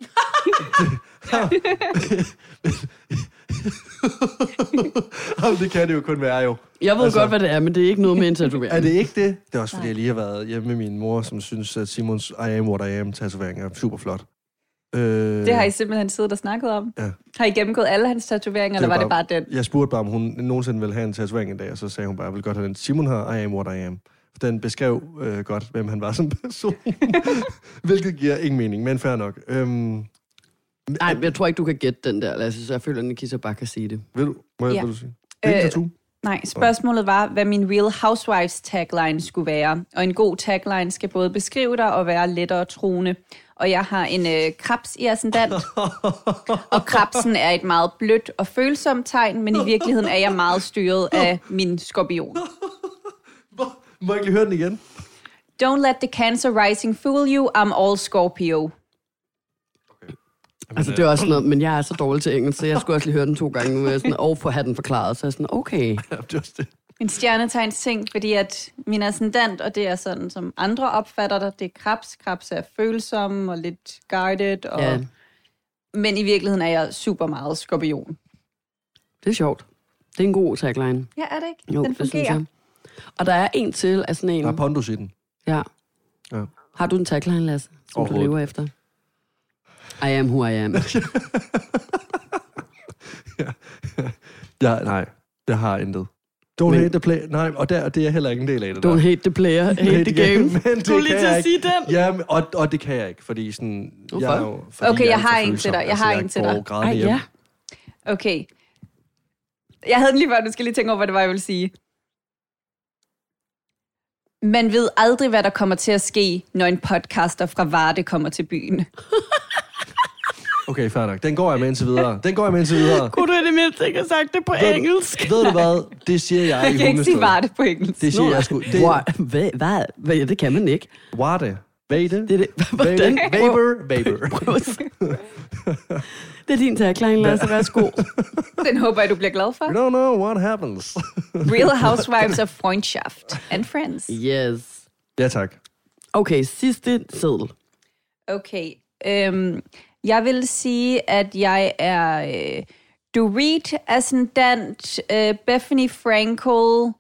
Det kan det jo kun være, jo. Jeg ved altså, godt, hvad det er, men det er ikke noget med en tatovering. Er det ikke det? Det er også, fordi jeg lige har været hjemme med min mor, som synes, at Simons I am what I am tatovering er super flot. Øh... Det har I simpelthen siddet og snakket om? Ja. Har I gennemgået alle hans tatoveringer, eller var bare, det bare den? Jeg spurgte bare, om hun nogensinde ville have en tatovering en dag, og så sagde hun bare, jeg vil godt have den. Simon har I am what I am. Den beskrev øh, godt, hvem han var som person. Hvilket giver ingen mening, men fair nok. Øhm... Nej, jeg tror ikke, du kan gætte den der. Altså, så jeg føler, at Nikita bare kan sige det. Vil du? Må jeg, ja. Vil du sige? Øh, nej, spørgsmålet var, hvad min Real Housewives tagline skulle være. Og en god tagline skal både beskrive dig og være lettere truende. Og jeg har en øh, krebs i ascendant. Og krebsen er et meget blødt og følsomt tegn, men i virkeligheden er jeg meget styret af min skorpion. Må jeg ikke lige høre den igen? Don't let the cancer rising fool you. I'm all Scorpio. Altså, det er også noget, men jeg er så dårlig til engelsk, så jeg skulle også lige høre den to gange nu, og sådan, og få have den forklaret, så jeg er sådan, okay. En stjernetegns ting, fordi at min ascendant, og det er sådan, som andre opfatter det, det er krebs. Krebs er følsom og lidt guided, og... ja. Men i virkeligheden er jeg super meget skorpion. Det er sjovt. Det er en god tagline. Ja, er det ikke? Jo, den fungerer. Og der er en til af sådan en... Der er pondus i den. Ja. ja. Har du en tagline, Lasse, som du lever efter? I am who I am. ja. ja, nej. Jeg har intet. Don't men, hate the player. Nej, og der, det er heller ikke en del af det don't der. Don't hate the player, hate, hate the game. game. Men du er lige til at sige den. Ja, og, og det kan jeg ikke, fordi sådan... Hvorfor? Jeg er jo, fordi okay, jeg, jeg har en til dig. Jeg altså, har jeg en til dig. Ej, ja. Okay. Jeg havde den lige før, du skal lige tænke over, hvad det var, jeg ville sige. Man ved aldrig, hvad der kommer til at ske, når en podcaster fra Varde kommer til byen. Okay, fair nok. Den går jeg med indtil videre. Den går jeg med indtil videre. Kunne du i det mindste ikke have sagt det på ved, engelsk? Ved du hvad? Det siger jeg, jeg i kan ikke sige Varde på engelsk. Det siger Nå, jeg sgu. Det... Hvad? Hvad? Hvad? Ja, det kan man ikke. Varde. Vade. Det er det. Hvordan? Vapor. Vapor. Det er din tagline, Lasse. Værsgo. Den håber jeg, du bliver glad for. You don't know what happens. Real Housewives of Freundschaft and Friends. Yes. Ja, tak. Okay, sidste seddel. Okay. Øhm, jeg vil sige, at jeg er øh, Dorit Ascendant, øh, Bethany Frankel,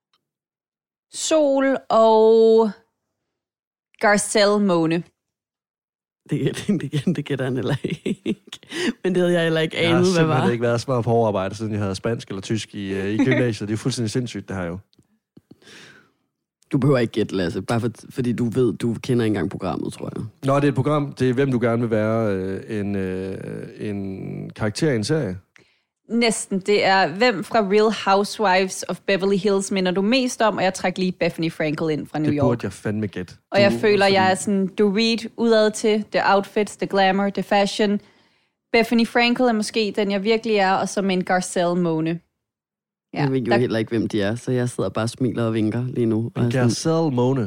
Sol og Garcelle Måne. Det, det, det, det gætter han heller ikke. Men det havde jeg heller ikke anet, hvad var. Jeg har simpelthen ikke været så meget på overarbejde, siden jeg havde spansk eller tysk i, uh, i gymnasiet. Det er fuldstændig sindssygt, det her jo. Du behøver ikke gætte, Lasse, bare for, fordi du ved, du kender ikke engang programmet, tror jeg. Nå, det er et program. Det er, hvem du gerne vil være. Øh, en, øh, en karakter i en serie. Næsten. Det er, hvem fra Real Housewives of Beverly Hills minder du mest om, og jeg trækker lige Bethany Frankel ind fra New det York. Det burde jeg fandme gætte. Og jeg du, føler, fordi... jeg er sådan, du read udad til, the outfits, the glamour, the fashion. Bethany Frankel er måske den, jeg virkelig er, og så med en Garcelle Måne. Ja, jeg ved jo der... heller ikke, hvem de er, så jeg sidder bare og smiler og vinker lige nu. En Garcelle Måne.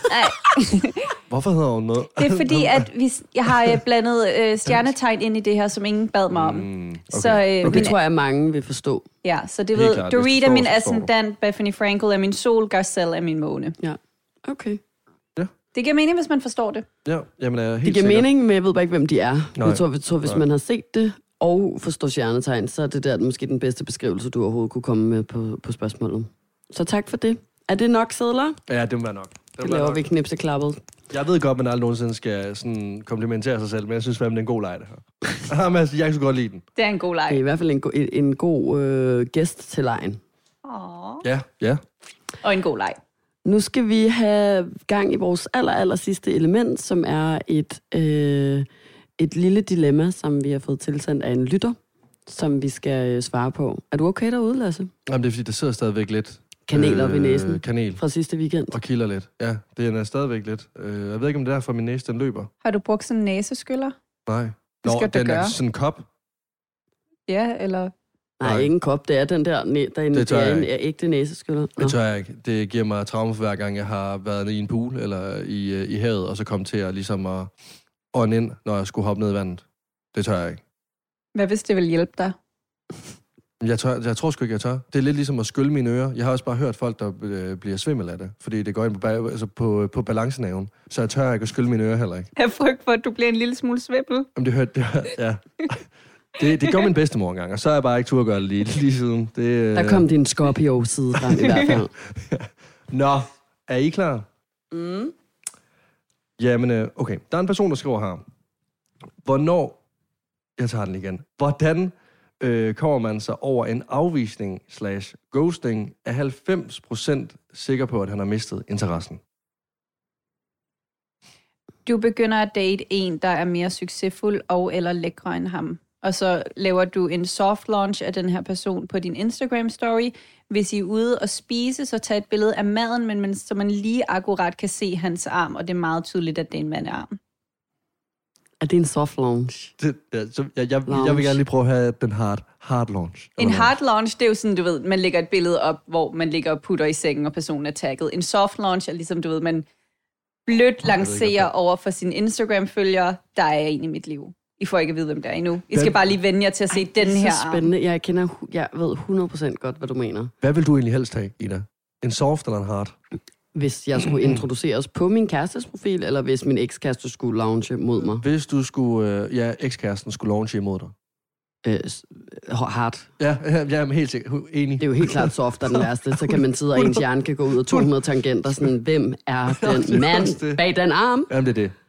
Hvorfor hedder hun noget? Det er fordi, at vi, jeg har blandet øh, stjernetegn ind i det her, som ingen bad mig om. Mm, okay. Så, øh, okay, det tror jeg, mange vil forstå. Ja, så det ved, klart, Dorit er min ascendant, Bethany Frankel er min sol, Garcelle er min måne. Ja, okay. Ja. Det giver mening, hvis man forstår det. Ja, jamen er helt Det giver sikker. mening, men jeg ved bare ikke, hvem de er. Nej. Jeg tror, jeg tror hvis Nej. man har set det og forstår stjernetegn, så er det der måske den bedste beskrivelse, du overhovedet kunne komme med på, på spørgsmålet. Så tak for det. Er det nok sædler? Ja, det må være nok. Det, det laver nok. Vi knipseklappet. Jeg ved godt, at man aldrig nogensinde skal sådan komplimentere sig selv, men jeg synes fandme, det er en god leg, det her. Jamen, altså, jeg kan så godt lide den. Det er en god leg. Det er i hvert fald en, go- en god øh, gæst til lejen. Åh. Ja, ja. Og en god leg. Nu skal vi have gang i vores aller, aller sidste element, som er et, øh, et lille dilemma, som vi har fået tilsendt af en lytter, som vi skal øh, svare på. Er du okay derude, Lasse? Jamen, det er fordi, der sidder stadigvæk lidt. Kanel op i næsen. Øh, kanel. Fra sidste weekend. Og kilder lidt. Ja, det er stadigvæk lidt. Øh, jeg ved ikke, om det er derfor, min næse, den løber. Har du brugt sådan en næseskyller? Nej. Det skal Nå, den gøre. er sådan en kop. Ja, eller... Nej, ikke en kop. Det er den der, der er en, det det er en ikke. ægte næseskyller. Det tør jeg ikke. Det giver mig traume for hver gang, jeg har været i en pool eller i, i havet, og så kom til at ligesom at ånde ind, når jeg skulle hoppe ned i vandet. Det tør jeg ikke. Hvad hvis det vil hjælpe dig? Jeg, tør, jeg tror sgu ikke, jeg tør. Det er lidt ligesom at skylle mine ører. Jeg har også bare hørt folk, der øh, bliver svimmel af det, fordi det går ind på, altså på, på balancenaven. Så jeg tør ikke at skylle mine ører heller ikke. Jeg har frygt for, at du bliver en lille smule svimmel. Jamen, det hørte det, ja. Det, det gjorde min bedstemor engang, og så er jeg bare ikke tur at gøre det lige, lige siden. Det, øh... Der kom din Scorpio-side frem i hvert fald. Nå, er I klar? Mm. Jamen, okay. Der er en person, der skriver her. Hvornår... Jeg tager den igen. Hvordan øh, kommer man sig over en afvisning slash ghosting af halvfems procent sikker på, at han har mistet interessen? Du begynder at date en, der er mere succesfuld og eller lækre end ham. Og så laver du en soft launch af den her person på din Instagram-story. Hvis I er ude og spise, så tag et billede af maden, men, men så man lige akkurat kan se hans arm, og det er meget tydeligt, at det er en mandearm. Er det en soft launch? Det, ja, så jeg, jeg, jeg vil gerne lige prøve at have den hard, hard launch. En hard launch, det er jo sådan, du ved, man lægger et billede op, hvor man ligger og putter i sengen, og personen er tagget. En soft launch er ligesom, du ved, man blødt lancerer over for sine Instagram-følgere, der er en i mit liv. I får ikke at vide, hvem der er endnu. I skal bare lige vende jer til at se Ej, den her arm. Det er så spændende. Jeg kender, jeg ved hundrede procent godt, hvad du mener. Hvad vil du egentlig helst have, Ida? En soft eller en hard? Hvis jeg skulle introduceres på min kærestes profil, eller hvis min ekskæreste skulle launche mod mig? Hvis du skulle, øh, ja, ekskæresten skulle launche imod dig. Øh, hard. Ja, jeg er helt sikkert enig. Det er jo helt klart soft, der den værste. Så kan man sidde, og ens hjerne kan gå ud af to hundrede tangenter. Sådan, hvem er den mand bag den arm? Jamen, det er det.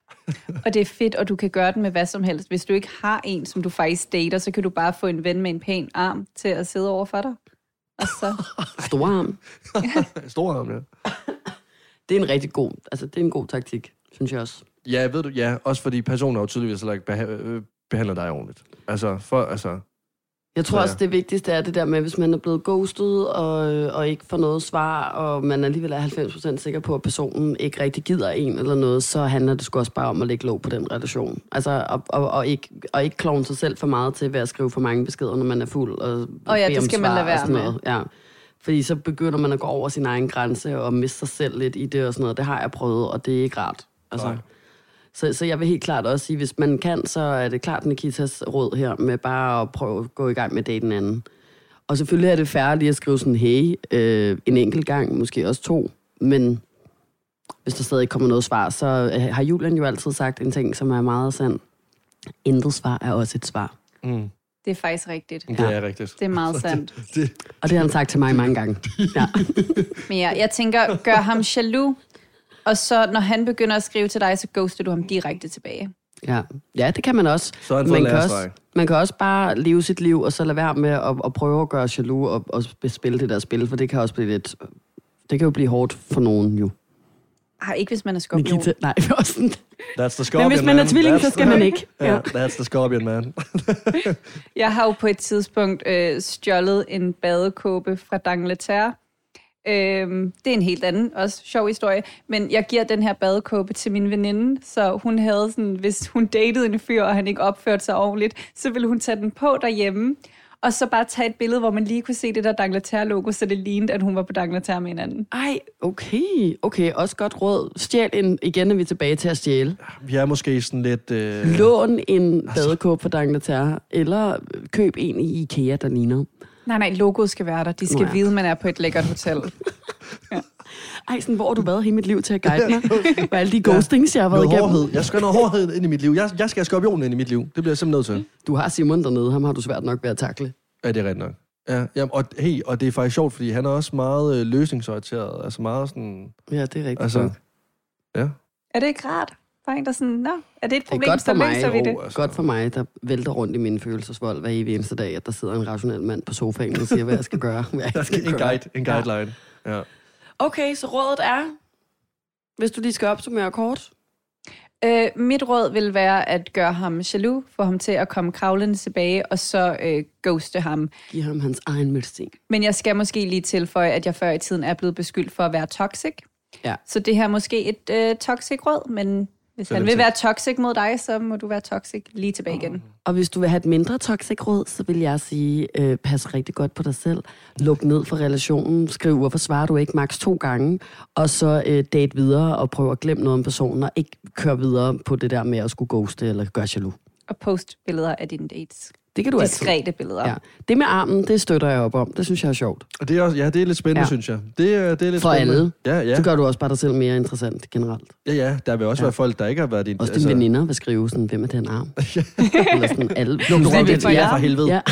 Og det er fedt, og du kan gøre den med hvad som helst. Hvis du ikke har en, som du faktisk dater, så kan du bare få en ven med en pæn arm til at sidde over for dig. Og så... Stor arm. Stor arm, ja. Det er en rigtig god, altså det er en god taktik, synes jeg også. Ja, ved du, ja, også fordi personer jo tydeligvis heller ikke beha- behandler dig ordentligt. Altså, for, altså... Jeg tror ja. også, det vigtigste er det der med, hvis man er blevet ghostet, og, og ikke får noget svar, og man alligevel er halvfems procent sikker på, at personen ikke rigtig gider en eller noget, så handler det sgu også bare om at lægge låg på den relation. Altså, og, og, og, ikke, og ikke klovne sig selv for meget til ved at skrive for mange beskeder, når man er fuld, og, og ja, det skal man lade være med. Ja. Fordi så begynder man at gå over sin egen grænse, og miste sig selv lidt i det og sådan noget. Det har jeg prøvet, og det er ikke rart. Altså... Så, så jeg vil helt klart også sige, hvis man kan, så er det klart Nikitas råd her, med bare at prøve at gå i gang med det den anden. Og selvfølgelig er det fair lige at skrive sådan, hey, øh, en enkelt gang, måske også to, men hvis der stadig kommer noget svar, så øh, har Julian jo altid sagt en ting, som er meget sand. Intet svar er også et svar. Mm. Det er faktisk rigtigt. Det er rigtigt. Det er meget sandt. det, det. Og det har han sagt til mig mange gange. Ja. Men ja, jeg tænker, gør ham jaloux, og så når han begynder at skrive til dig, så ghoster du ham direkte tilbage. Ja, ja det kan man også. Så er han man, kan også man kan også bare leve sit liv, og så lade være med at, at prøve at gøre jaloux og, og spille det der spil, for det kan også blive lidt Det kan jo blive hårdt for nogen jo. Ej, ikke hvis man er skorpion. Nikita, nej, det er også sådan. That's the scorpion, Men hvis man er man. tvilling, That's så skal man ikke. Ja, yeah, that's the scorpion, man. Jeg har jo på et tidspunkt øh, stjålet en badekåbe fra D'Angleterre. Øhm, det er en helt anden, også sjov historie. Men jeg giver den her badekåbe til min veninde, så hun havde sådan, hvis hun datede en fyr, og han ikke opførte sig ordentligt, så ville hun tage den på derhjemme, og så bare tage et billede, hvor man lige kunne se det der D'Angleterre-logo, så det lignede, at hun var på D'Angleterre med en anden. Ej, okay. Okay, også godt råd. Stjæl en, igen er vi tilbage til at stjæle. Vi er måske sådan lidt... Øh... Lån en badekåbe på D'Angleterre, eller køb en i IKEA, der ligner. Nej, nej, logoet skal være der. De skal Nå ja. vide, man er på et lækkert hotel. Ja. Ej, sådan, hvor har du været hele mit liv til at guide mig? Med alle de ghostings, jeg har været Noget igennem. hårdhed. Jeg skal have noget hårdhed ind i mit liv. Jeg, jeg skal have skorpionen ind i mit liv. Det bliver jeg simpelthen nødt til. Du har Simon dernede, ham har du svært nok ved at takle. Ja, det er rigtigt nok. Ja, ja, og, hey, og det er faktisk sjovt, fordi han er også meget øh, løsningsorienteret. Altså meget sådan... Ja, det er rigtigt. Altså, ja. Er det ikke rart? Bare en, der sådan, nå, er det et Det er problem, godt så for mig, løser vi det. jo, altså. Godt for mig, der vælter rundt i min følelsesvold hver evig eneste dag, at der sidder en rationel mand på sofaen og siger, hvad jeg skal gøre. Hvad jeg skal En gøre. guide, en guideline. Ja. Okay, så rådet er, hvis du lige skal opsummere kort. Øh, mit råd vil være at gøre ham jaloux, få ham til at komme kravlende tilbage, og så øh, ghoste ham. Giv ham hans egen medicin. Men jeg skal måske lige tilføje, at jeg før i tiden er blevet beskyldt for at være toxic. Ja. Så det her er måske et øh, toxic råd, men hvis Så han det vil til. være toxic mod dig, så må du være toxic lige tilbage igen. Og hvis du vil have et mindre toxic råd, så vil jeg sige, øh, pas rigtig godt på dig selv. Luk ned for relationen. Skriv, hvorfor svarer du ikke maks to gange. Og så øh, date videre og prøv at glemme noget om personen, og ikke køre videre på det der med at skulle ghoste eller gøre jaloux. Og post billeder af dine dates. Det kan du altid. Diskrete billeder. Ja. Det med armen, det støtter jeg op om. Det synes jeg er sjovt. Og det er også, ja, det er lidt spændende, Ja. ja. synes jeg. Det er, det er lidt For spændende. alle. Ja, ja. Så gør du også bare dig selv mere interessant generelt. Ja, ja. Der vil også Ja. ja. være folk, der ikke har været din... Også dine veninder vil skrive sådan, hvem er den arm? Eller sådan alle. Nå, du Hvad er det det for ja, jer? for helvede. Ja.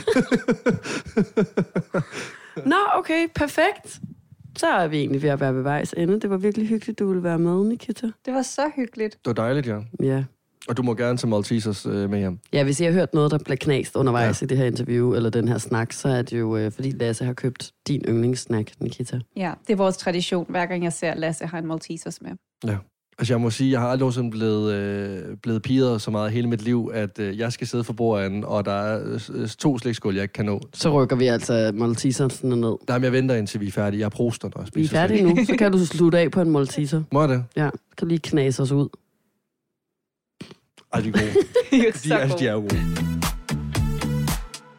Nå, okay, perfekt. Så er vi egentlig ved at være ved vejs ende. Det var virkelig hyggeligt, du ville være med, Nikita. Det var så hyggeligt. Det var dejligt, ja. Ja. Og du må gerne tage Maltesers øh, med hjem. Ja, hvis I har hørt noget, der bliver knast undervejs Ja. i det her interview, eller den her snak, så er det jo, øh, fordi Lasse har købt din yndlingssnack, Nikita. Ja, det er vores tradition. Hver gang jeg ser Lasse har en Maltesers med. Ja. Altså, jeg må sige, jeg har aldrig nogensinde blevet, øh, blevet pirret så meget hele mit liv, at øh, jeg skal sidde for bordenden, og der er øh, to slikskål, jeg ikke kan nå. Så rykker vi altså Maltesers'ene ned. Nej, men jeg venter indtil vi er færdige. Jeg har prosterne og Vi er spiser færdige nu, så kan du slutte af på en Malteser. Må jeg det? Ja, kan du lige knase os ud. Ej, de er gode. De, altså, de er jo gode.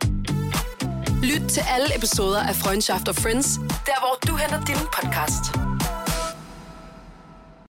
Lyt til alle episoder af Freundschaft og Friends, der hvor du henter din podcast.